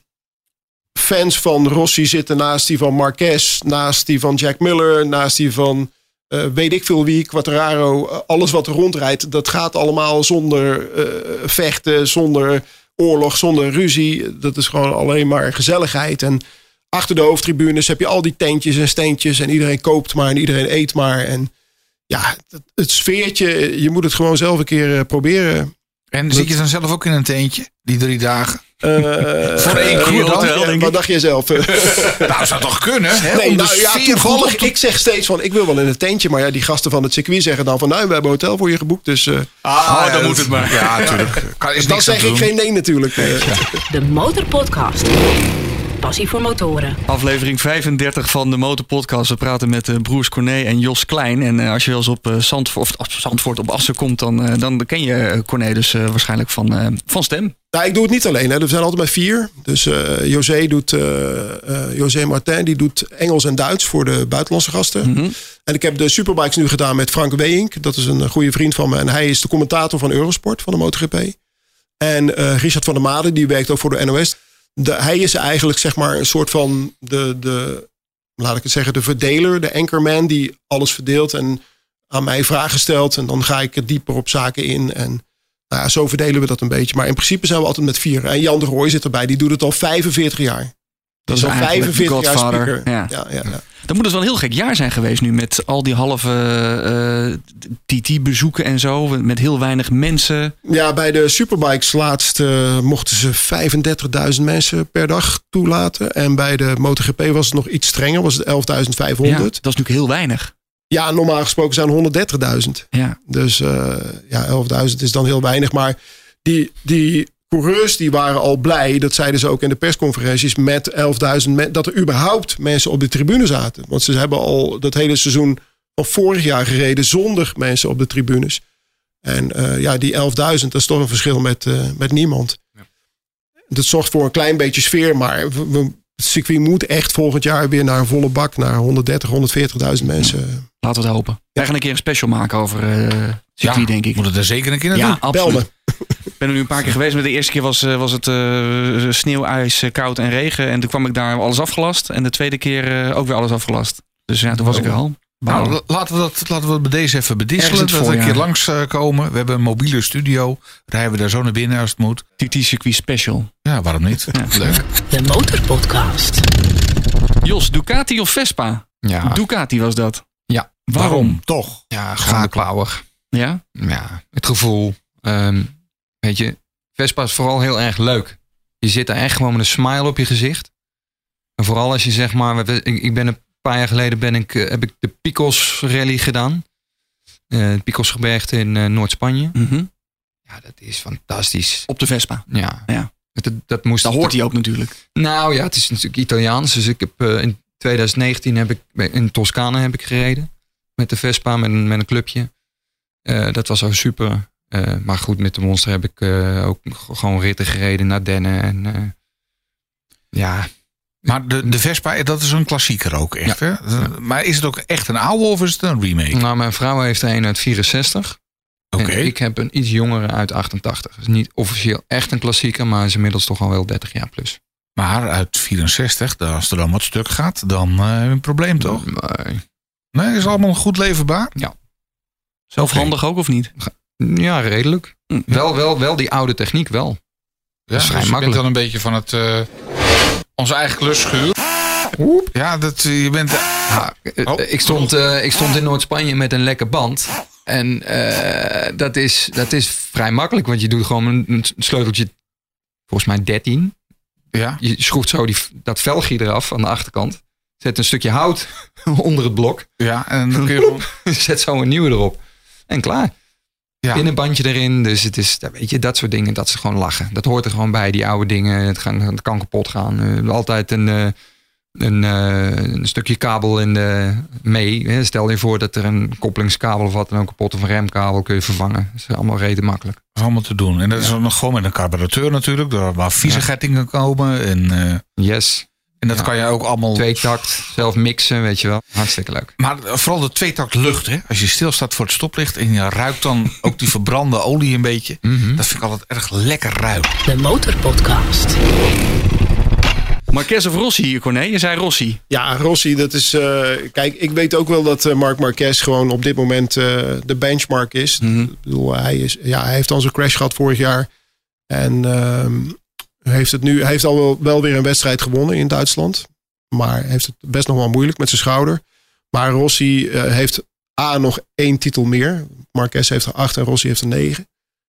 fans van Rossi zitten naast die van Marquez, naast die van Jack Miller, naast die van uh, weet ik veel wie, Quartararo. Uh, alles wat er rondrijdt, dat gaat allemaal zonder uh, vechten, zonder oorlog, zonder ruzie. Dat is gewoon alleen maar gezelligheid. En achter de hoofdtribunes heb je al die tentjes en steentjes en iedereen koopt maar en iedereen eet maar. En ja, het, het sfeertje, je moet het gewoon zelf een keer uh, proberen. En dat... zit je dan zelf ook in een tentje, die drie dagen? Uh, Voor één keer uh, hotel, ja, wat dacht jij zelf? Nou, zou toch kunnen? Hè? Nee, Om de nou, ja, toevallig, ik zeg steeds van, ik wil wel in een tentje. Maar ja, die gasten van het circuit zeggen dan van, nou, we hebben een hotel voor je geboekt. Dus, uh, ah, oh, dan moet het maar. Ja, natuurlijk. Dus dan zeg ik geen nee natuurlijk. Ja. De Motorpodcast. Passie voor motoren. Aflevering vijfendertig van de Motorpodcast. We praten met uh, broers Corné en Jos Klein. En uh, als je wel eens op uh, Zandvoort, of Zandvoort op Assen komt, dan, uh, dan ken je uh, Corné dus uh, waarschijnlijk van, uh, van stem. Nou, ik doe het niet alleen. Hè. We zijn altijd met vier. Dus uh, José doet, uh, uh, José Martin die doet Engels en Duits voor de buitenlandse gasten. Mm-hmm. En ik heb de Superbikes nu gedaan met Frank Weink. Dat is een goede vriend van me. En hij is de commentator van Eurosport van de MotoGP. En uh, Richard van der Made, die werkt ook voor de N O S. De, hij is eigenlijk zeg maar een soort van de, de, laat ik het zeggen, de verdeler, de anchorman die alles verdeelt en aan mij vragen stelt. En dan ga ik er dieper op zaken in. En nou ja, zo verdelen we dat een beetje. Maar in principe zijn we altijd met vier. En Jan de Rooij zit erbij, die doet het al vijfenveertig jaar. Dat is al vijfenveertig jaar speaker. Ja. Ja, ja, ja. Dan moet het wel een heel gek jaar zijn geweest nu met al die halve uh, T T-bezoeken en zo. Met heel weinig mensen. Ja, bij de Superbikes laatst uh, mochten ze vijfendertigduizend mensen per dag toelaten. En bij de MotoGP was het nog iets strenger, was het elfduizend vijfhonderd. Ja, dat is natuurlijk heel weinig. Ja, normaal gesproken zijn honderddertigduizend. Ja. Dus uh, ja, elfduizend is dan heel weinig. Maar die, die coureurs die waren al blij, dat zeiden ze ook in de persconferenties, met elfduizend, dat er überhaupt mensen op de tribune zaten. Want ze hebben al dat hele seizoen van vorig jaar gereden zonder mensen op de tribunes. En uh, ja, die elfduizend, dat is toch een verschil met, uh, met niemand. Ja. Dat zorgt voor een klein beetje sfeer, maar we, we, het circuit moet echt volgend jaar weer naar een volle bak, naar honderddertig, honderdveertigduizend mensen. Ja. Laten we het hopen. We gaan een keer een special maken over uh, circuit, ja, denk ik. Moet het er zeker een keer naartoe? Ja, absoluut. Bel me. Ik ben er nu een paar keer geweest. Maar de eerste keer was, was het uh, sneeuw, ijs, koud en regen. En toen kwam ik daar alles afgelast. En de tweede keer uh, ook weer alles afgelast. Dus ja, toen was oh. ik er al. Nou, nou, laten we dat laten we bij deze even bedisselen. Dat we een keer langs uh, komen. We hebben een mobiele studio. Rijden we daar zo naar binnen als het moet. T T-circuit special. Ja, waarom niet? Ja. Leuk. De Motorpodcast. Jos, Ducati of Vespa? Ja. Ducati was dat. Ja. Waarom? Waarom? Toch? Ja, gewoon klauwig. Ja? Ja, het gevoel. Um, weet je, Vespa is vooral heel erg leuk. Je zit daar echt gewoon met een smile op je gezicht. En vooral als je zeg maar, ik ben een paar jaar geleden ben ik, heb ik de Picos Rally gedaan. Uh, Picosgebergte in uh, Noord-Spanje. Mm-hmm. Ja, dat is fantastisch. Op de Vespa. Ja. ja. Dat, dat moest, Daar hoort hij ook natuurlijk. Nou ja, het is natuurlijk Italiaans. Dus ik heb uh, in twintig negentien heb ik in Toscane heb ik gereden. Met de Vespa, met een, met een clubje. Uh, dat was ook super. Uh, maar goed, met de Monster heb ik uh, ook gewoon ritten gereden naar Dennen. En, uh, ja. Maar de, de Vespa, dat is een klassieker ook echt. Ja. Hè? Ja. Maar is het ook echt een oude of is het een remake? Nou, mijn vrouw heeft er een uit vierenzestig. Oké. En ik heb een iets jongere uit achtentachtig. Dus niet officieel echt een klassieker, maar is inmiddels toch al wel dertig jaar plus. Maar uit vierenzestig, als er dan wat stuk gaat, dan uh, heb je een probleem toch? Nee. Nee, is allemaal goed leverbaar? Ja. Zelfhandig okay. ook of niet? Ja, redelijk. Hm. Wel, wel, wel die oude techniek, wel. Ja, is vrij dus je bent makkelijk. dan een beetje van het uh, onze eigen klusschuur. Ja, dat je bent. Ah, Oh. ik, stond, uh, ik stond in Noord-Spanje met een lekke band. En uh, dat, is, dat is vrij makkelijk, want je doet gewoon een, een sleuteltje, volgens mij dertien. Ja. Je schroeft zo die, dat velgje eraf aan de achterkant. Zet een stukje hout onder het blok. Ja, en dan kun je gewoon. Zet zo een nieuwe erop. En klaar. Ja. In een bandje erin. Dus het is, weet je, dat soort dingen, dat is gewoon lachen. Dat hoort er gewoon bij, die oude dingen. Het, gaan, het kan kapot gaan. Uh, altijd een, uh, een, uh, een stukje kabel in de, mee. Hè. Stel je voor dat er een koppelingskabel of wat dan ook kapot of een remkabel kun je vervangen. Dat is allemaal reden makkelijk. Dat is allemaal te doen. En dat is dan nog gewoon met een carburateur natuurlijk. Door waar viezegettingen komen. En, uh, Yes. en dat Ja. kan je ook allemaal. Tweetakt, zelf mixen, weet je wel. Hartstikke leuk. Maar vooral de tweetakt lucht. Hè? Als je stilstaat voor het stoplicht en je ruikt dan ook die verbrande olie een beetje. Mm-hmm. Dat vind ik altijd erg lekker ruiken. De Motorpodcast. Marquez of Rossi hier, Corné? Je zei Rossi. Ja, Rossi, dat is... Uh, kijk, ik weet ook wel dat uh, Marc Marquez gewoon op dit moment uh, de benchmark is. Mm-hmm. Ik bedoel, hij, is ja, hij heeft dan zijn crash gehad vorig jaar. En uh, heeft het nu, hij heeft al wel, wel weer een wedstrijd gewonnen in Duitsland. Maar heeft het best nog wel moeilijk met zijn schouder. Maar Rossi uh, heeft A, nog één titel meer. Marquez heeft er acht en Rossi heeft er negen.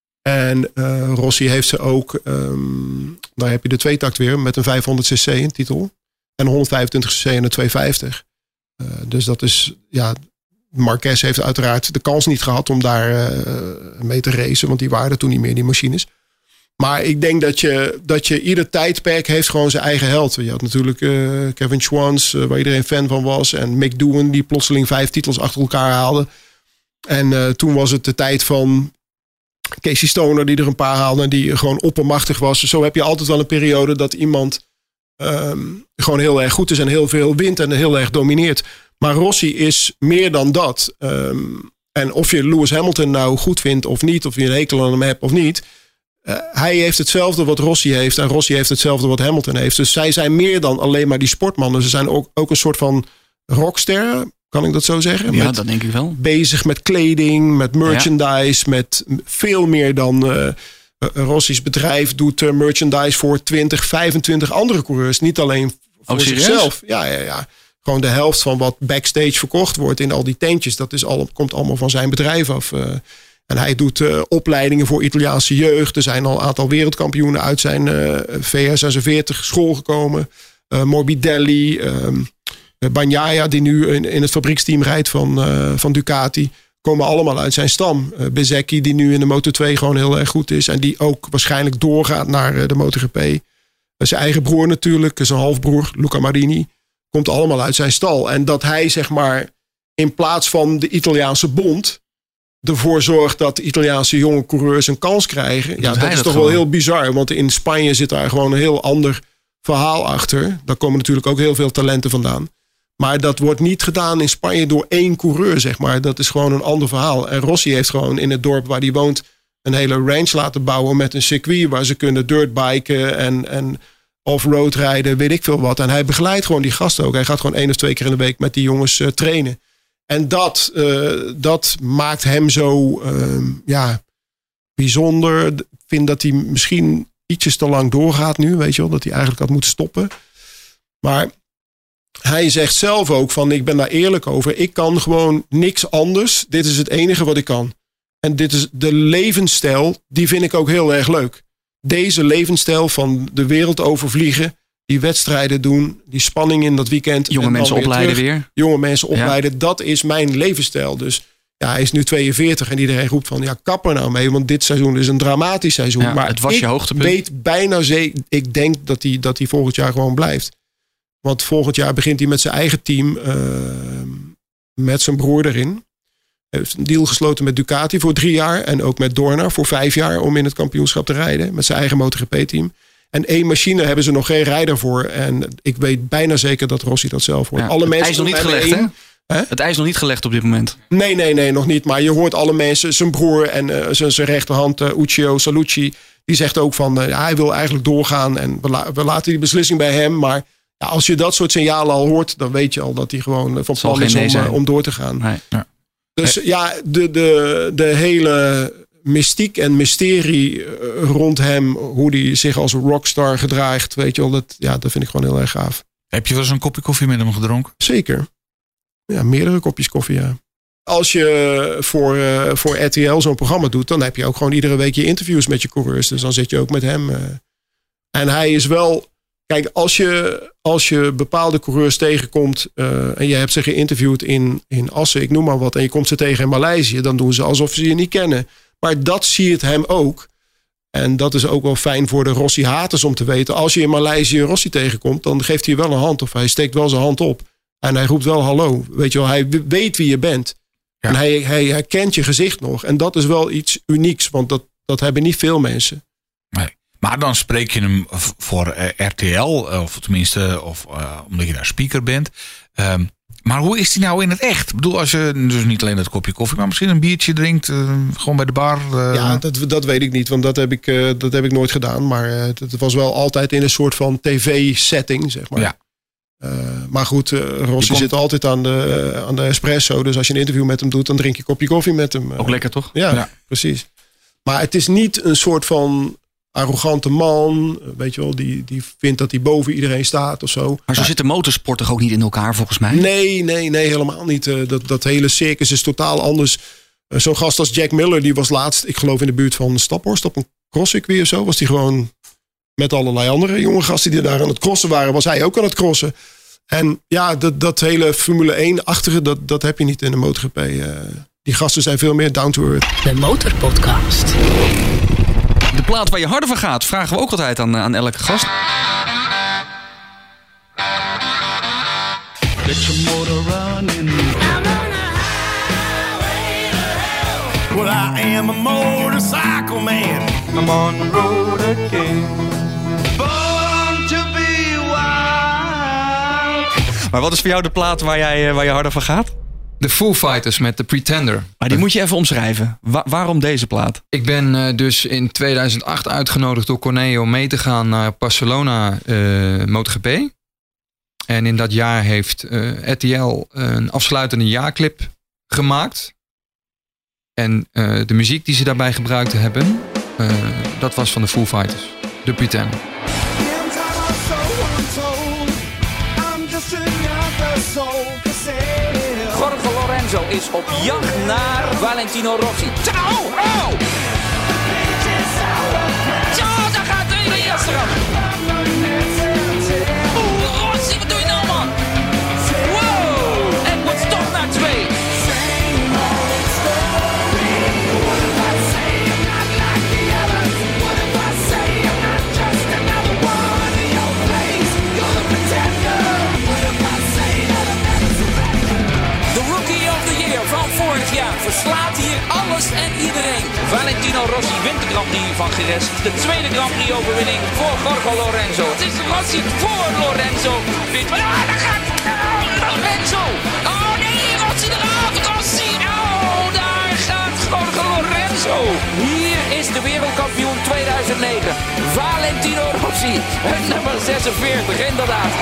En uh, Rossi heeft ze ook, um, daar heb je de tweetakt weer, met een vijfhonderd cc een titel. En een honderdvijfentwintig cc en een tweehonderdvijftig. Uh, dus dat is, ja, Marquez heeft uiteraard de kans niet gehad om daar uh, mee te racen. Want die waren er toen niet meer, die machines. Maar ik denk dat je, dat je ieder tijdperk heeft gewoon zijn eigen held. Je had natuurlijk uh, Kevin Schwantz, uh, waar iedereen fan van was. En Mick Doohan, die plotseling vijf titels achter elkaar haalde. En uh, toen was het de tijd van Casey Stoner, die er een paar haalde en die gewoon oppermachtig was. Dus zo heb je altijd wel een periode dat iemand um, gewoon heel erg goed is en heel veel wint en heel erg domineert. Maar Rossi is meer dan dat. Um, en of je Lewis Hamilton nou goed vindt of niet, of je een hekel aan hem hebt of niet. Uh, hij heeft hetzelfde wat Rossi heeft en Rossi heeft hetzelfde wat Hamilton heeft. Dus zij zijn meer dan alleen maar die sportmannen. Ze zijn ook, ook een soort van rockster, kan ik dat zo zeggen? Ja, met, dat denk ik wel. Bezig met kleding, met merchandise, ja. met veel meer dan uh, uh, Rossi's bedrijf doet uh, merchandise voor twintig, vijfentwintig andere coureurs. Niet alleen voor oh, zichzelf. Ja, ja, ja. Gewoon de helft van wat backstage verkocht wordt in al die tentjes. Dat is al, komt allemaal van zijn bedrijf af. Uh, En hij doet uh, opleidingen voor Italiaanse jeugd. Er zijn al een aantal wereldkampioenen uit zijn uh, V R zesenveertig school gekomen. Uh, Morbidelli, um, Bagnaia, die nu in, in het fabrieksteam rijdt van, uh, van Ducati. Komen allemaal uit zijn stam. Uh, Bezzecchi, die nu in de Moto twee gewoon heel erg goed is. En die ook waarschijnlijk doorgaat naar uh, de MotoGP. Uh, zijn eigen broer natuurlijk, zijn halfbroer, Luca Marini. Komt allemaal uit zijn stal. En dat hij zeg maar in plaats van de Italiaanse bond ervoor zorgt dat Italiaanse jonge coureurs een kans krijgen. Ja, dat is dat toch gewoon. wel heel bizar. Want in Spanje zit daar gewoon een heel ander verhaal achter. Daar komen natuurlijk ook heel veel talenten vandaan. Maar dat wordt niet gedaan in Spanje door één coureur, zeg maar. Dat is gewoon een ander verhaal. En Rossi heeft gewoon in het dorp waar hij woont een hele range laten bouwen met een circuit waar ze kunnen dirtbiken en, en off-road rijden, weet ik veel wat. En hij begeleidt gewoon die gasten ook. Hij gaat gewoon één of twee keer in de week met die jongens uh, trainen. En dat, uh, dat maakt hem zo uh, ja, bijzonder. Ik vind dat hij misschien ietsjes te lang doorgaat nu. Weet je wel, dat hij eigenlijk had moeten stoppen. Maar hij zegt zelf ook van, ik ben daar eerlijk over. Ik kan gewoon niks anders. Dit is het enige wat ik kan. En dit is de levensstijl, die vind ik ook heel erg leuk. Deze levensstijl van de wereld overvliegen, die wedstrijden doen, die spanning in dat weekend. Jonge en mensen weer opleiden terug. weer. Jonge mensen opleiden, ja. Dat is mijn levensstijl. Dus ja, hij is nu tweeënveertig en iedereen roept van, ja, kap er nou mee, want dit seizoen is een dramatisch seizoen. Ja, maar het was ik je hoogtepunt. weet bijna zeker, ik denk dat hij, dat hij volgend jaar gewoon blijft. Want volgend jaar begint hij met zijn eigen team, uh, met zijn broer erin. Hij heeft een deal gesloten met Ducati voor drie jaar. En ook met Dorna voor vijf jaar om in het kampioenschap te rijden. Met zijn eigen MotoGP-team. En één machine hebben ze nog geen rijder voor. En ik weet bijna zeker dat Rossi dat zelf hoort. Ja, alle het mensen ijs nog niet om hem gelegd, heen, hè? hè? Het ijs nog niet gelegd op dit moment. Nee, nee, nee, nog niet. Maar je hoort alle mensen, zijn broer en uh, zijn, zijn rechterhand, uh, Uccio Salucci. Die zegt ook van, uh, hij wil eigenlijk doorgaan. En we, la- we laten die beslissing bij hem. Maar ja, als je dat soort signalen al hoort, dan weet je al dat hij gewoon uh, van plan is om, uh, om door te gaan. Nee. Ja. Dus ja, de, de, de hele mystiek en mysterie uh, rond hem. Hoe hij zich als rockstar gedraagt. Weet je wel, dat, ja, dat vind ik gewoon heel erg gaaf. Heb je wel eens een kopje koffie met hem gedronken? Zeker. Ja, meerdere kopjes koffie, ja. Als je voor, uh, voor R T L zo'n programma doet, dan heb je ook gewoon iedere week je interviews met je coureurs. Dus dan zit je ook met hem. Uh. En hij is wel... Kijk, als je, als je bepaalde coureurs tegenkomt uh, en je hebt ze geïnterviewd in, in Assen, ik noem maar wat, en je komt ze tegen in Maleisië, dan doen ze alsof ze je niet kennen. Maar dat zie het hem ook. En dat is ook wel fijn voor de Rossi-haters om te weten. Als je in Maleisië Rossi tegenkomt, dan geeft hij wel een hand of hij steekt wel zijn hand op. En hij roept wel hallo. Weet je wel, hij weet wie je bent. Ja. En hij, hij herkent je gezicht nog. En dat is wel iets unieks, want dat, dat hebben niet veel mensen. Nee. Maar dan spreek je hem voor uh, R T L, of tenminste, of uh, omdat je daar speaker bent. Um, maar hoe is hij nou in het echt? Ik bedoel, als je dus niet alleen dat kopje koffie, maar misschien een biertje drinkt, uh, gewoon bij de bar. Uh... Ja, dat, dat weet ik niet, want dat heb ik, uh, dat heb ik nooit gedaan. Maar uh, het was wel altijd in een soort van tv-setting, zeg maar. Ja. Uh, maar goed, uh, Rossi komt... zit altijd aan de, uh, aan de espresso. Dus als je een interview met hem doet, dan drink je een kopje koffie met hem. Uh, Ook lekker, toch? Ja, ja, precies. Maar het is niet een soort van arrogante man, weet je wel, die, die vindt dat hij boven iedereen staat of zo. Maar zo ja. zit de motorsport toch ook niet in elkaar, volgens mij? Nee, nee, nee, helemaal niet. Uh, dat, dat hele circus is totaal anders. Uh, zo'n gast als Jack Miller, die was laatst, ik geloof in de buurt van Staphorst, op een crosscircuit of zo, was die gewoon met allerlei andere jonge gasten die daar aan het crossen waren, was hij ook aan het crossen. En ja, dat, dat hele Formule één-achtige, dat, dat heb je niet in de MotoGP. Uh, die gasten zijn veel meer down to earth. De Motorpodcast. De plaat waar je harder van gaat, vragen we ook altijd aan, aan elke gast. Get your motor running. I'm on a highway to hell. Well, I am a motorcycle man. I'm on the road again. Born to be wild. Maar wat is voor jou de plaat waar, jij, waar je harder van gaat? De Foo Fighters met The Pretender. Maar die moet je even omschrijven. Wa- waarom deze plaat? Ik ben uh, dus in tweeduizend acht uitgenodigd door Corneo mee te gaan naar Barcelona uh, MotoGP. En in dat jaar heeft uh, R T L een afsluitende jaarclip gemaakt. En uh, de muziek die ze daarbij gebruikt hebben, uh, dat was van de Foo Fighters. The Pretender. Jorge Lorenzo is op jacht naar Valentino Rossi. Ciao! Oh! Ja, daar gaat de eerste eraf. Oeh, Rossi, wat doe je nou, man? Wow! En wordt stop naar twee. Verslaat hier alles en iedereen. Valentino Rossi wint de Grand Prix van Jerez. De tweede Grand Prix overwinning voor Jorge Lorenzo. Het is Rossi voor Lorenzo. Wint. Ah, daar gaat oh, Lorenzo. Oh nee, Rossi eraf. Rossi. Oh, daar gaat Jorge Lorenzo. Hier is de wereldkampioen tweeduizend negen. Valentino Rossi. Het nummer zesenveertig, inderdaad.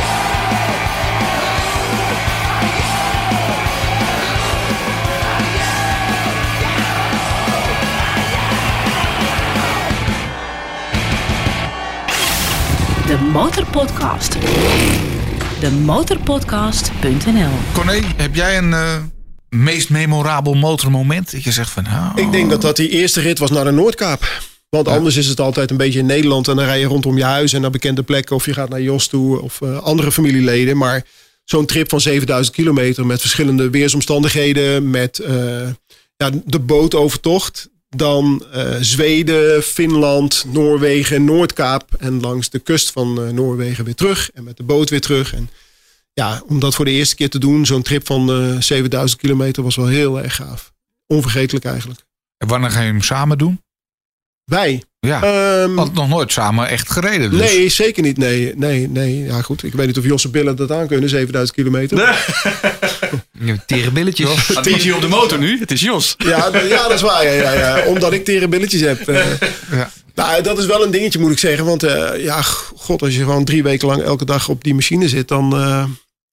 De Motorpodcast. De motorpodcast punt n l. Corné, heb jij een uh, meest memorabel motormoment? Dat je zegt van... Oh. Ik denk dat dat die eerste rit was naar de Noordkaap. Want ja. anders is het altijd een beetje in Nederland. En dan rij je rondom je huis en naar bekende plekken. Of je gaat naar Jos toe of uh, andere familieleden. Maar zo'n trip van zevenduizend kilometer met verschillende weersomstandigheden. Met uh, ja, de bootovertocht. Dan uh, Zweden, Finland, Noorwegen, Noordkaap. En langs de kust van uh, Noorwegen weer terug. En met de boot weer terug. En ja, om dat voor de eerste keer te doen, zo'n trip van uh, zevenduizend kilometer, was wel heel erg gaaf. Onvergetelijk eigenlijk. En wanneer ga je hem samen doen? Wij? Ja, um, want nog nooit samen echt gereden. Dus. Nee, zeker niet. Nee, nee, nee. Ja, goed. Ik weet niet of Josse billen dat aan kunnen, zevenduizend kilometer. Nee. Tere billetjes. Het is hier op de motor nu. Het is Jos. Ja, ja, dat is waar. Ja, ja, ja. Omdat ik tere billetjes heb. Uh, ja. Nou, dat is wel een dingetje, moet ik zeggen. Want uh, ja, god, als je gewoon drie weken lang elke dag op die machine zit, dan, uh,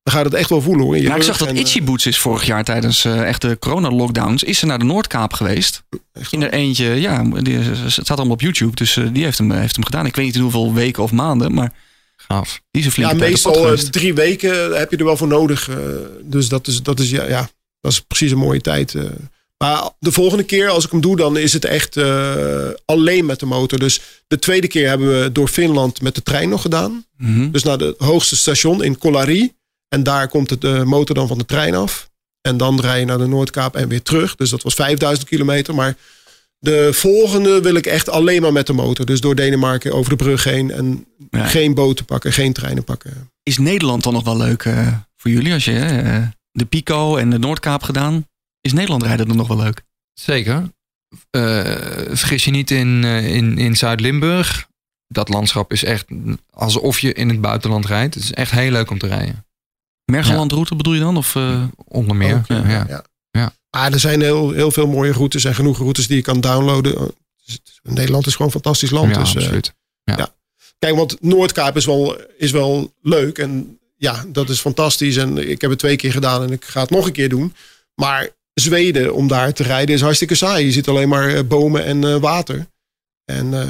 dan gaat het echt wel voelen hoor. In je Nou, ik rug zag dat en, Itchy Boots is vorig jaar tijdens uh, echt de corona-lockdowns... is ze naar de Noordkaap geweest. In er eentje, ja, die, het staat allemaal op YouTube. Dus uh, die heeft hem, heeft hem gedaan. Ik weet niet in hoeveel weken of maanden, maar... Gaaf. Die is een flinke ja, tijd op pad meestal uh, geweest. drie weken heb je er wel voor nodig. Uh, dus dat is, dat, is, ja, ja, dat is precies een mooie tijd. Uh. Maar de volgende keer als ik hem doe, dan is het echt uh, alleen met de motor. Dus de tweede keer hebben we door Finland met de trein nog gedaan. Mm-hmm. Dus naar het hoogste station in Kolari. En daar komt het, de motor dan van de trein af. En dan rij je naar de Noordkaap en weer terug. Dus dat was vijfduizend kilometer. Maar de volgende wil ik echt alleen maar met de motor. Dus door Denemarken over de brug heen. En Ja. geen boten pakken, geen treinen pakken. Is Nederland dan nog wel leuk uh, voor jullie? Als je uh, de Pico en de Noordkaap gedaan... is Nederland rijden dan nog wel leuk? Zeker. Uh, vergis je niet in, uh, in, in Zuid-Limburg. Dat landschap is echt alsof je in het buitenland rijdt. Het is echt heel leuk om te rijden. Mergelandroute bedoel je dan? Of, uh... Onder meer. Ook, ja. ja, Ja. ja. Ja. Ah, er zijn heel, heel veel mooie routes en genoeg routes die je kan downloaden. Nederland is gewoon een fantastisch land. Ja, dus, uh, absoluut. Ja. Ja. Kijk, want Noordkaap is wel, is wel leuk. En ja, dat is fantastisch. En ik heb het twee keer gedaan en ik ga het nog een keer doen. Maar Zweden, om daar te rijden, is hartstikke saai. Je ziet alleen maar uh, bomen en uh, water. En... Uh,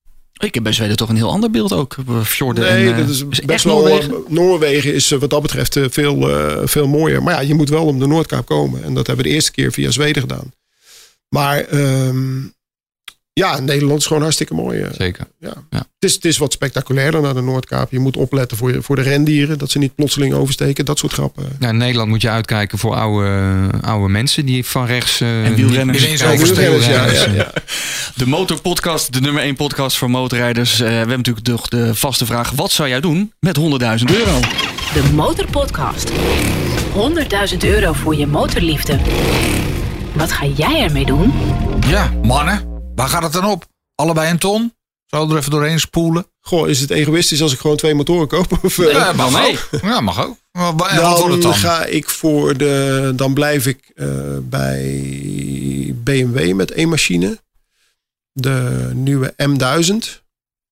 Ik heb bij Zweden toch een heel ander beeld ook. Fjorden nee, en, uh, dat is is best echt wel. Noorwegen? Noorwegen, Noorwegen is uh, wat dat betreft uh, veel, uh, veel mooier. Maar ja, je moet wel om de Noordkaap komen. En dat hebben we de eerste keer via Zweden gedaan. Maar um, ja, Nederland is gewoon hartstikke mooi. Uh, Zeker. Ja. Ja. Het, is, het is wat spectaculairder naar de Noordkaap. Je moet opletten voor, je, voor de rendieren. Dat ze niet plotseling oversteken. Dat soort grappen. Ja, in Nederland moet je uitkijken voor oude, oude mensen die van rechts... Uh, En wielrenners. niet- Ineens Ja, oversteken. wielrenners, Ja, ja, ja. De Motorpodcast, de nummer één podcast voor motorrijders. Uh, we hebben natuurlijk nog de vaste vraag. Wat zou jij doen met honderdduizend euro? De Motorpodcast. honderdduizend euro voor je motorliefde. Wat ga jij ermee doen? Ja, mannen, waar gaat het dan op? Allebei een ton? Zou er even doorheen spoelen? Goh, is het egoïstisch als ik gewoon twee motoren koop? Of, uh, Ja, mag nee. ook. Ja, mag ook. En wat wordt het dan dan? ga ik voor de. Dan blijf ik uh, bij B M W met één machine. De nieuwe M duizend.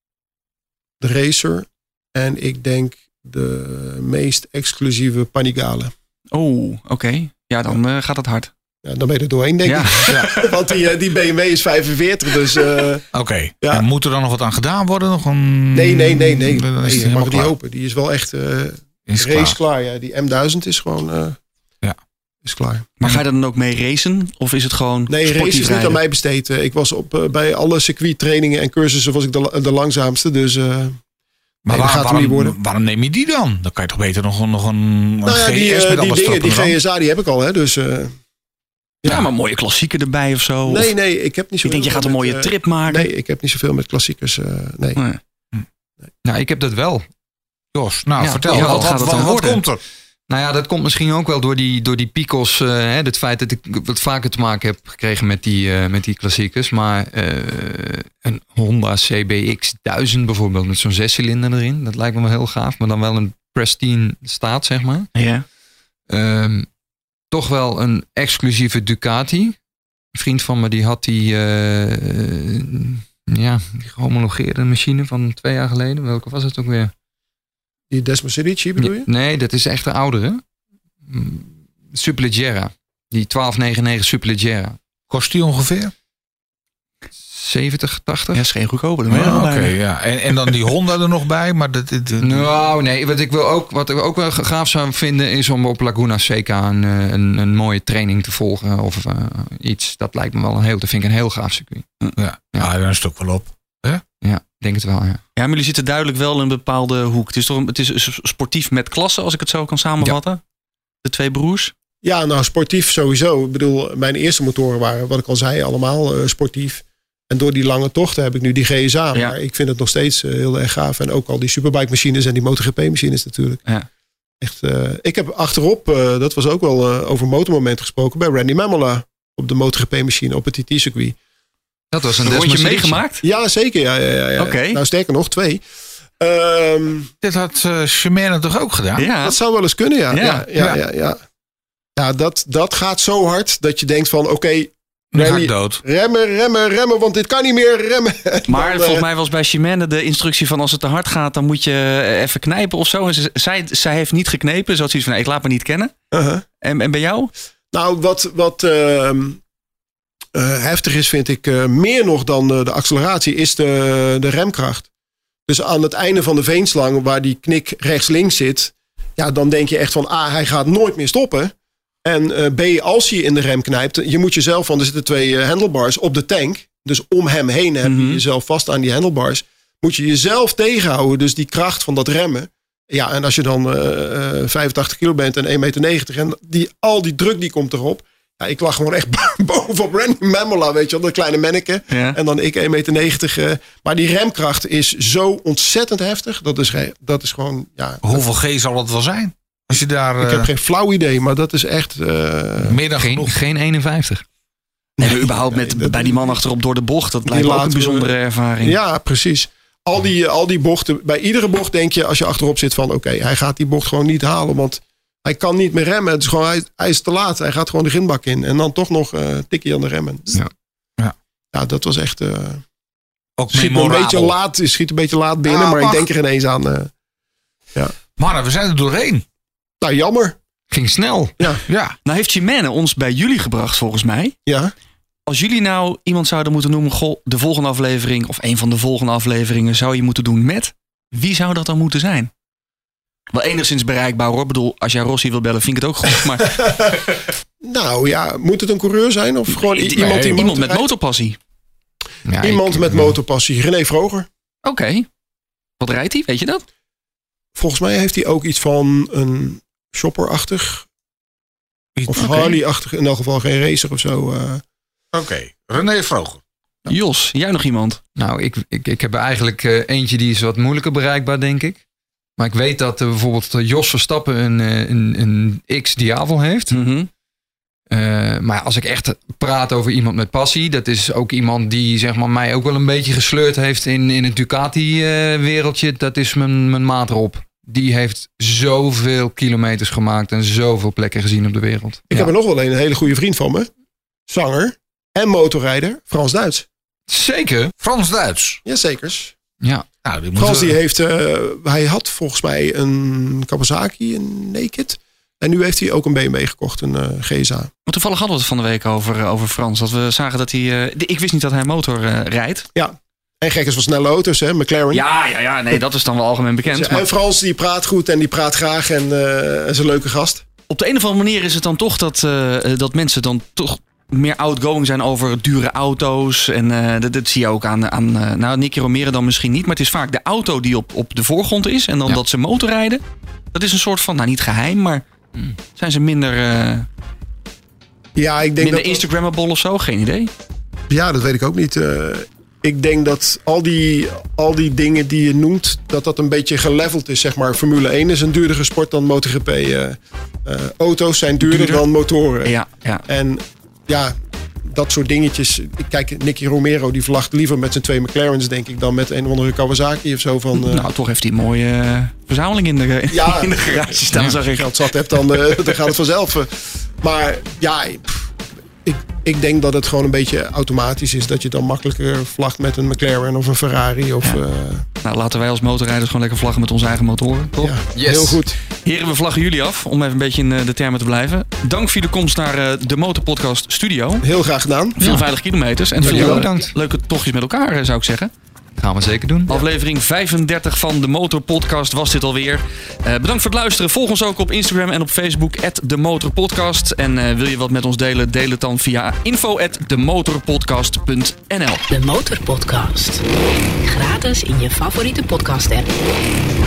De Racer. En ik denk de meest exclusieve Panigale. Oh, oké. Okay. Ja, dan uh, gaat het hard. Ja, dan ben je er doorheen, denk Ja. ik. Ja. Want die, die B M W is vijfenveertig. Dus. Uh, Oké. Okay. Ja. En moet er dan nog wat aan gedaan worden? Nog een... nee, nee, nee, nee. Dan is nee het je helemaal mag het niet klaar. open. Die is wel echt. Uh, Is race klaar. klaar. Ja. Die M duizend is gewoon. Uh, Ja. Is klaar. Maar ga je er dan ook mee racen? Of is het gewoon Nee, race sportief is niet rijden? aan mij besteed. Ik was op, uh, bij alle circuittrainingen en cursussen was ik de, de langzaamste. Dus uh, Maar nee, waar, dat gaat hem niet waarom, worden. waarom neem je die dan? Dan kan je toch beter nog, een- nog een, een Nou ja, G S die, uh, met die alle dingen, die stappen G S A, die heb ik al. Hè, dus, uh, Ja, ja. maar mooie klassieken erbij of zo. Nee, Of- nee, ik heb niet zo. Ik denk, je gaat een mooie trip maken. Nee, ik heb niet zoveel met klassiekers. Uh, nee. Nee. Nou, ik heb dat wel. Jos, nou Ja, vertel. ja, wat, wat gaat wat, het wat, dan wat worden? komt er? Nou ja, dat komt misschien ook wel door die, door die Picos. Uh, hè, het feit dat ik wat vaker te maken heb gekregen met die, uh, met die klassiekers. Maar uh, een Honda C B X duizend bijvoorbeeld met zo'n zescilinder erin. Dat lijkt me wel heel gaaf. Maar dan wel een pristine staat, zeg maar. Ja. Um, toch wel een exclusieve Ducati. Een vriend van me die had die, uh, uh, ja, die gehomologeerde machine van twee jaar geleden. Welke was het ook weer? Die Desmos Edici bedoel je? Nee, dat is echt de oudere. Superleggera. Die twaalf negenennegentig Superleggera. Kost die ongeveer? zeventig, tachtig? Ja, is geen goedkoper. Ah, Oké, okay, ja. En, en dan die Honda er nog bij, maar dat... dat, dat nou, nee. Wat ik, wil ook, wat ik ook wel gaaf zou vinden is om op Laguna Seca een, een, een mooie training te volgen of uh, iets. Dat lijkt me wel een heel, dat vind ik een heel gaaf circuit. ja, ja. ja dan is het ook wel op. Hè? Ja, denk het wel, ja. Ja, maar jullie zitten duidelijk wel in een bepaalde hoek. Het is toch een, het is sportief met klasse, als ik het zo kan samenvatten. Ja. De twee broers. Ja, nou sportief sowieso. Ik bedoel, mijn eerste motoren waren, wat ik al zei, allemaal uh, sportief. En door die lange tochten heb ik nu die G S A. Ja. Maar ik vind het nog steeds uh, heel erg gaaf. En ook al die superbike machines en die MotoGP machines natuurlijk. Ja. Echt, uh, ik heb achterop, uh, dat was ook wel uh, over motormoment gesproken, bij Randy Mamola op de MotoGP machine op het T T-circuit. Dat was een Een rondje meegemaakt? Ja, zeker. Ja, ja, ja, ja. Okay. Nou, sterker nog, twee. Um, Dit had uh, Shimano toch ook gedaan? Ja. Dat zou wel eens kunnen, ja. Ja, ja, ja, ja, ja. ja dat, dat gaat zo hard dat je denkt van, oké, okay, Nu ga Remy, ik dood. Remmen, remmen, remmen, want dit kan niet meer remmen. Maar Dan, volgens uh, mij was bij Chimène de instructie van als het te hard gaat, dan moet je even knijpen of zo. En ze, zij, zij heeft niet geknepen. Ze had zoiets van, nee, ik laat me niet kennen. uh-huh. En, en bij jou? Nou, wat, wat uh, uh, heftig is, vind ik, uh, meer nog dan uh, de acceleratie, is de, de remkracht. Dus aan het einde van de veenslang, waar die knik rechts-links zit, ja, dan denk je echt van, A, hij gaat nooit meer stoppen. En uh, B, als je in de rem knijpt, je moet jezelf, want er zitten twee uh, handlebars op de tank. Dus om hem heen heb je Mm-hmm. jezelf vast aan die handlebars. Moet je jezelf tegenhouden, dus die kracht van dat remmen. Ja, en als je dan uh, uh, vijfentachtig kilo bent en één meter negentig en die, al die druk die komt erop. Ja, ik lag gewoon echt bovenop Randy Mamola, weet je wel, dat kleine manneke. Ja. En dan ik één meter negentig. Uh, maar die remkracht is zo ontzettend heftig. Dat is, dat is gewoon, ja. Hoeveel G zal het wel zijn? Als je daar... Ik Uh, heb geen flauw idee, maar dat is echt... Uh, meer dan Geen, genoeg. geen eenenvijftig. Nee, maar überhaupt met, nee, dat- bij die man achterop door de bocht. Dat lijkt me ook een laten we- bijzondere ervaring. Ja, precies. Al die, al die bochten, bij iedere bocht denk je als je achterop zit van oké, okay, hij gaat die bocht gewoon niet halen, want hij kan niet meer remmen. Het is gewoon, hij, hij is te laat. Hij gaat gewoon de grindbak in. En dan toch nog uh, tikkie aan de remmen. Ja. Ja. Ja, dat was echt... Uh, Ook schiet, een memorabel. beetje laat, schiet een beetje laat binnen, Ja, maar mag. ik denk er ineens aan. Uh, Mannen, we zijn er doorheen. nou, jammer. Ging snel. Ja. Nou heeft Chimène ons bij jullie gebracht volgens mij. Ja. Als jullie nou iemand zouden moeten noemen, goh, de volgende aflevering of een van de volgende afleveringen zou je moeten doen met, wie zou dat dan moeten zijn? Wel enigszins bereikbaar hoor. Ik bedoel, als jij Rossi wil bellen, vind ik het ook goed. Maar Nou ja, moet het een coureur zijn? Of gewoon i- nee, iemand die iemand met motorrijdt? motorpassie. Ja, Iemand ik- met motorpassie. René Vroger. Oké. Wat rijdt hij? Weet je dat? Volgens mij heeft hij ook iets van een shopper-achtig. Of Oké. Harley-achtig. In elk geval geen racer of zo. Uh. Oké. Okay. René Vroger. Jos, jij nog iemand? Nou, ik, ik, ik heb er eigenlijk uh, eentje die is wat moeilijker bereikbaar, denk ik. Maar ik weet dat uh, bijvoorbeeld uh, Jos Verstappen een, uh, een, een X-Diavel heeft. Mm-hmm. Uh, maar als ik echt praat over iemand met passie, dat is ook iemand die zeg maar, mij ook wel een beetje gesleurd heeft in, in het Ducati-wereldje. Dat is mijn, mijn maat Rob. Die heeft zoveel kilometers gemaakt en zoveel plekken gezien op de wereld. Ik Ja. heb er nog wel een, een hele goede vriend van me. Zanger en motorrijder. Frans Duits. Zeker. Frans-Duits. Jazekers. Ja. Nou, die moeten Frans we- die heeft, uh, hij had volgens mij een Kawasaki, een Naked. En nu heeft hij ook een B M W gekocht, een uh, G S A. Maar toevallig hadden we het van de week over, uh, over Frans. Dat we zagen dat hij... Uh, ik wist niet dat hij motor uh, rijdt. Ja. En gek is van snelle auto's, hè, McLaren. Ja, ja, ja. Nee, dat is dan wel algemeen bekend. Dus, Maar en Frans die praat goed en die praat graag en uh, is een leuke gast. op de een of andere manier is het dan toch dat, uh, dat mensen dan toch meer outgoing zijn over dure auto's. En uh, dat, dat zie je ook aan, aan uh, nou, Nicky Romero dan misschien niet. Maar het is vaak de auto die op, op de voorgrond is. En dan Ja. dat ze motorrijden. Dat is een soort van, nou niet geheim, maar zijn ze minder, uh, Ja, ik denk minder dat... Instagrammable of zo? Geen idee. Ja, dat weet ik ook niet. Uh, ik denk dat al die, al die dingen die je noemt, dat dat een beetje geleveld is. Zeg maar. Formule één is een duurdere sport dan MotoGP. Uh, uh, auto's zijn duurder, Duurder. dan motoren. Ja, ja. En ja, dat soort dingetjes. Kijk, Nicky Romero die verlacht liever met zijn twee McLaren's, denk ik, dan met een of andere Kawasaki of zo. Van, uh, Nou, toch heeft hij een mooie uh, verzameling in de, Ja. in de garage staan, als zag je ik. geld zat hebt, dan, uh, dan gaat het vanzelf. uh. Maar ja, pff, ik, ik denk dat het gewoon een beetje automatisch is. Dat je dan makkelijker vlagt met een McLaren of een Ferrari. Of, Ja. uh, Nou, laten wij als motorrijders gewoon lekker vlaggen met onze eigen motoren. Toch? ja, Yes. heel goed. Heren, we vlaggen jullie af om even een beetje in uh, de termen te blijven. Dank voor de komst naar uh, de Motorpodcast Studio. Heel graag gedaan. Veel Ja. veilige kilometers en Jullie veel ook uh, bedankt. leuke tochtjes met elkaar, uh, zou ik zeggen. Gaan we zeker doen. Aflevering vijfendertig van de Motorpodcast was dit alweer. Uh, bedankt voor het luisteren. Volg ons ook op Instagram en op Facebook, at de Motorpodcast. En uh, wil je wat met ons delen, deel het dan via info at de motorpodcast punt n l. De Motorpodcast. Gratis in je favoriete podcast app.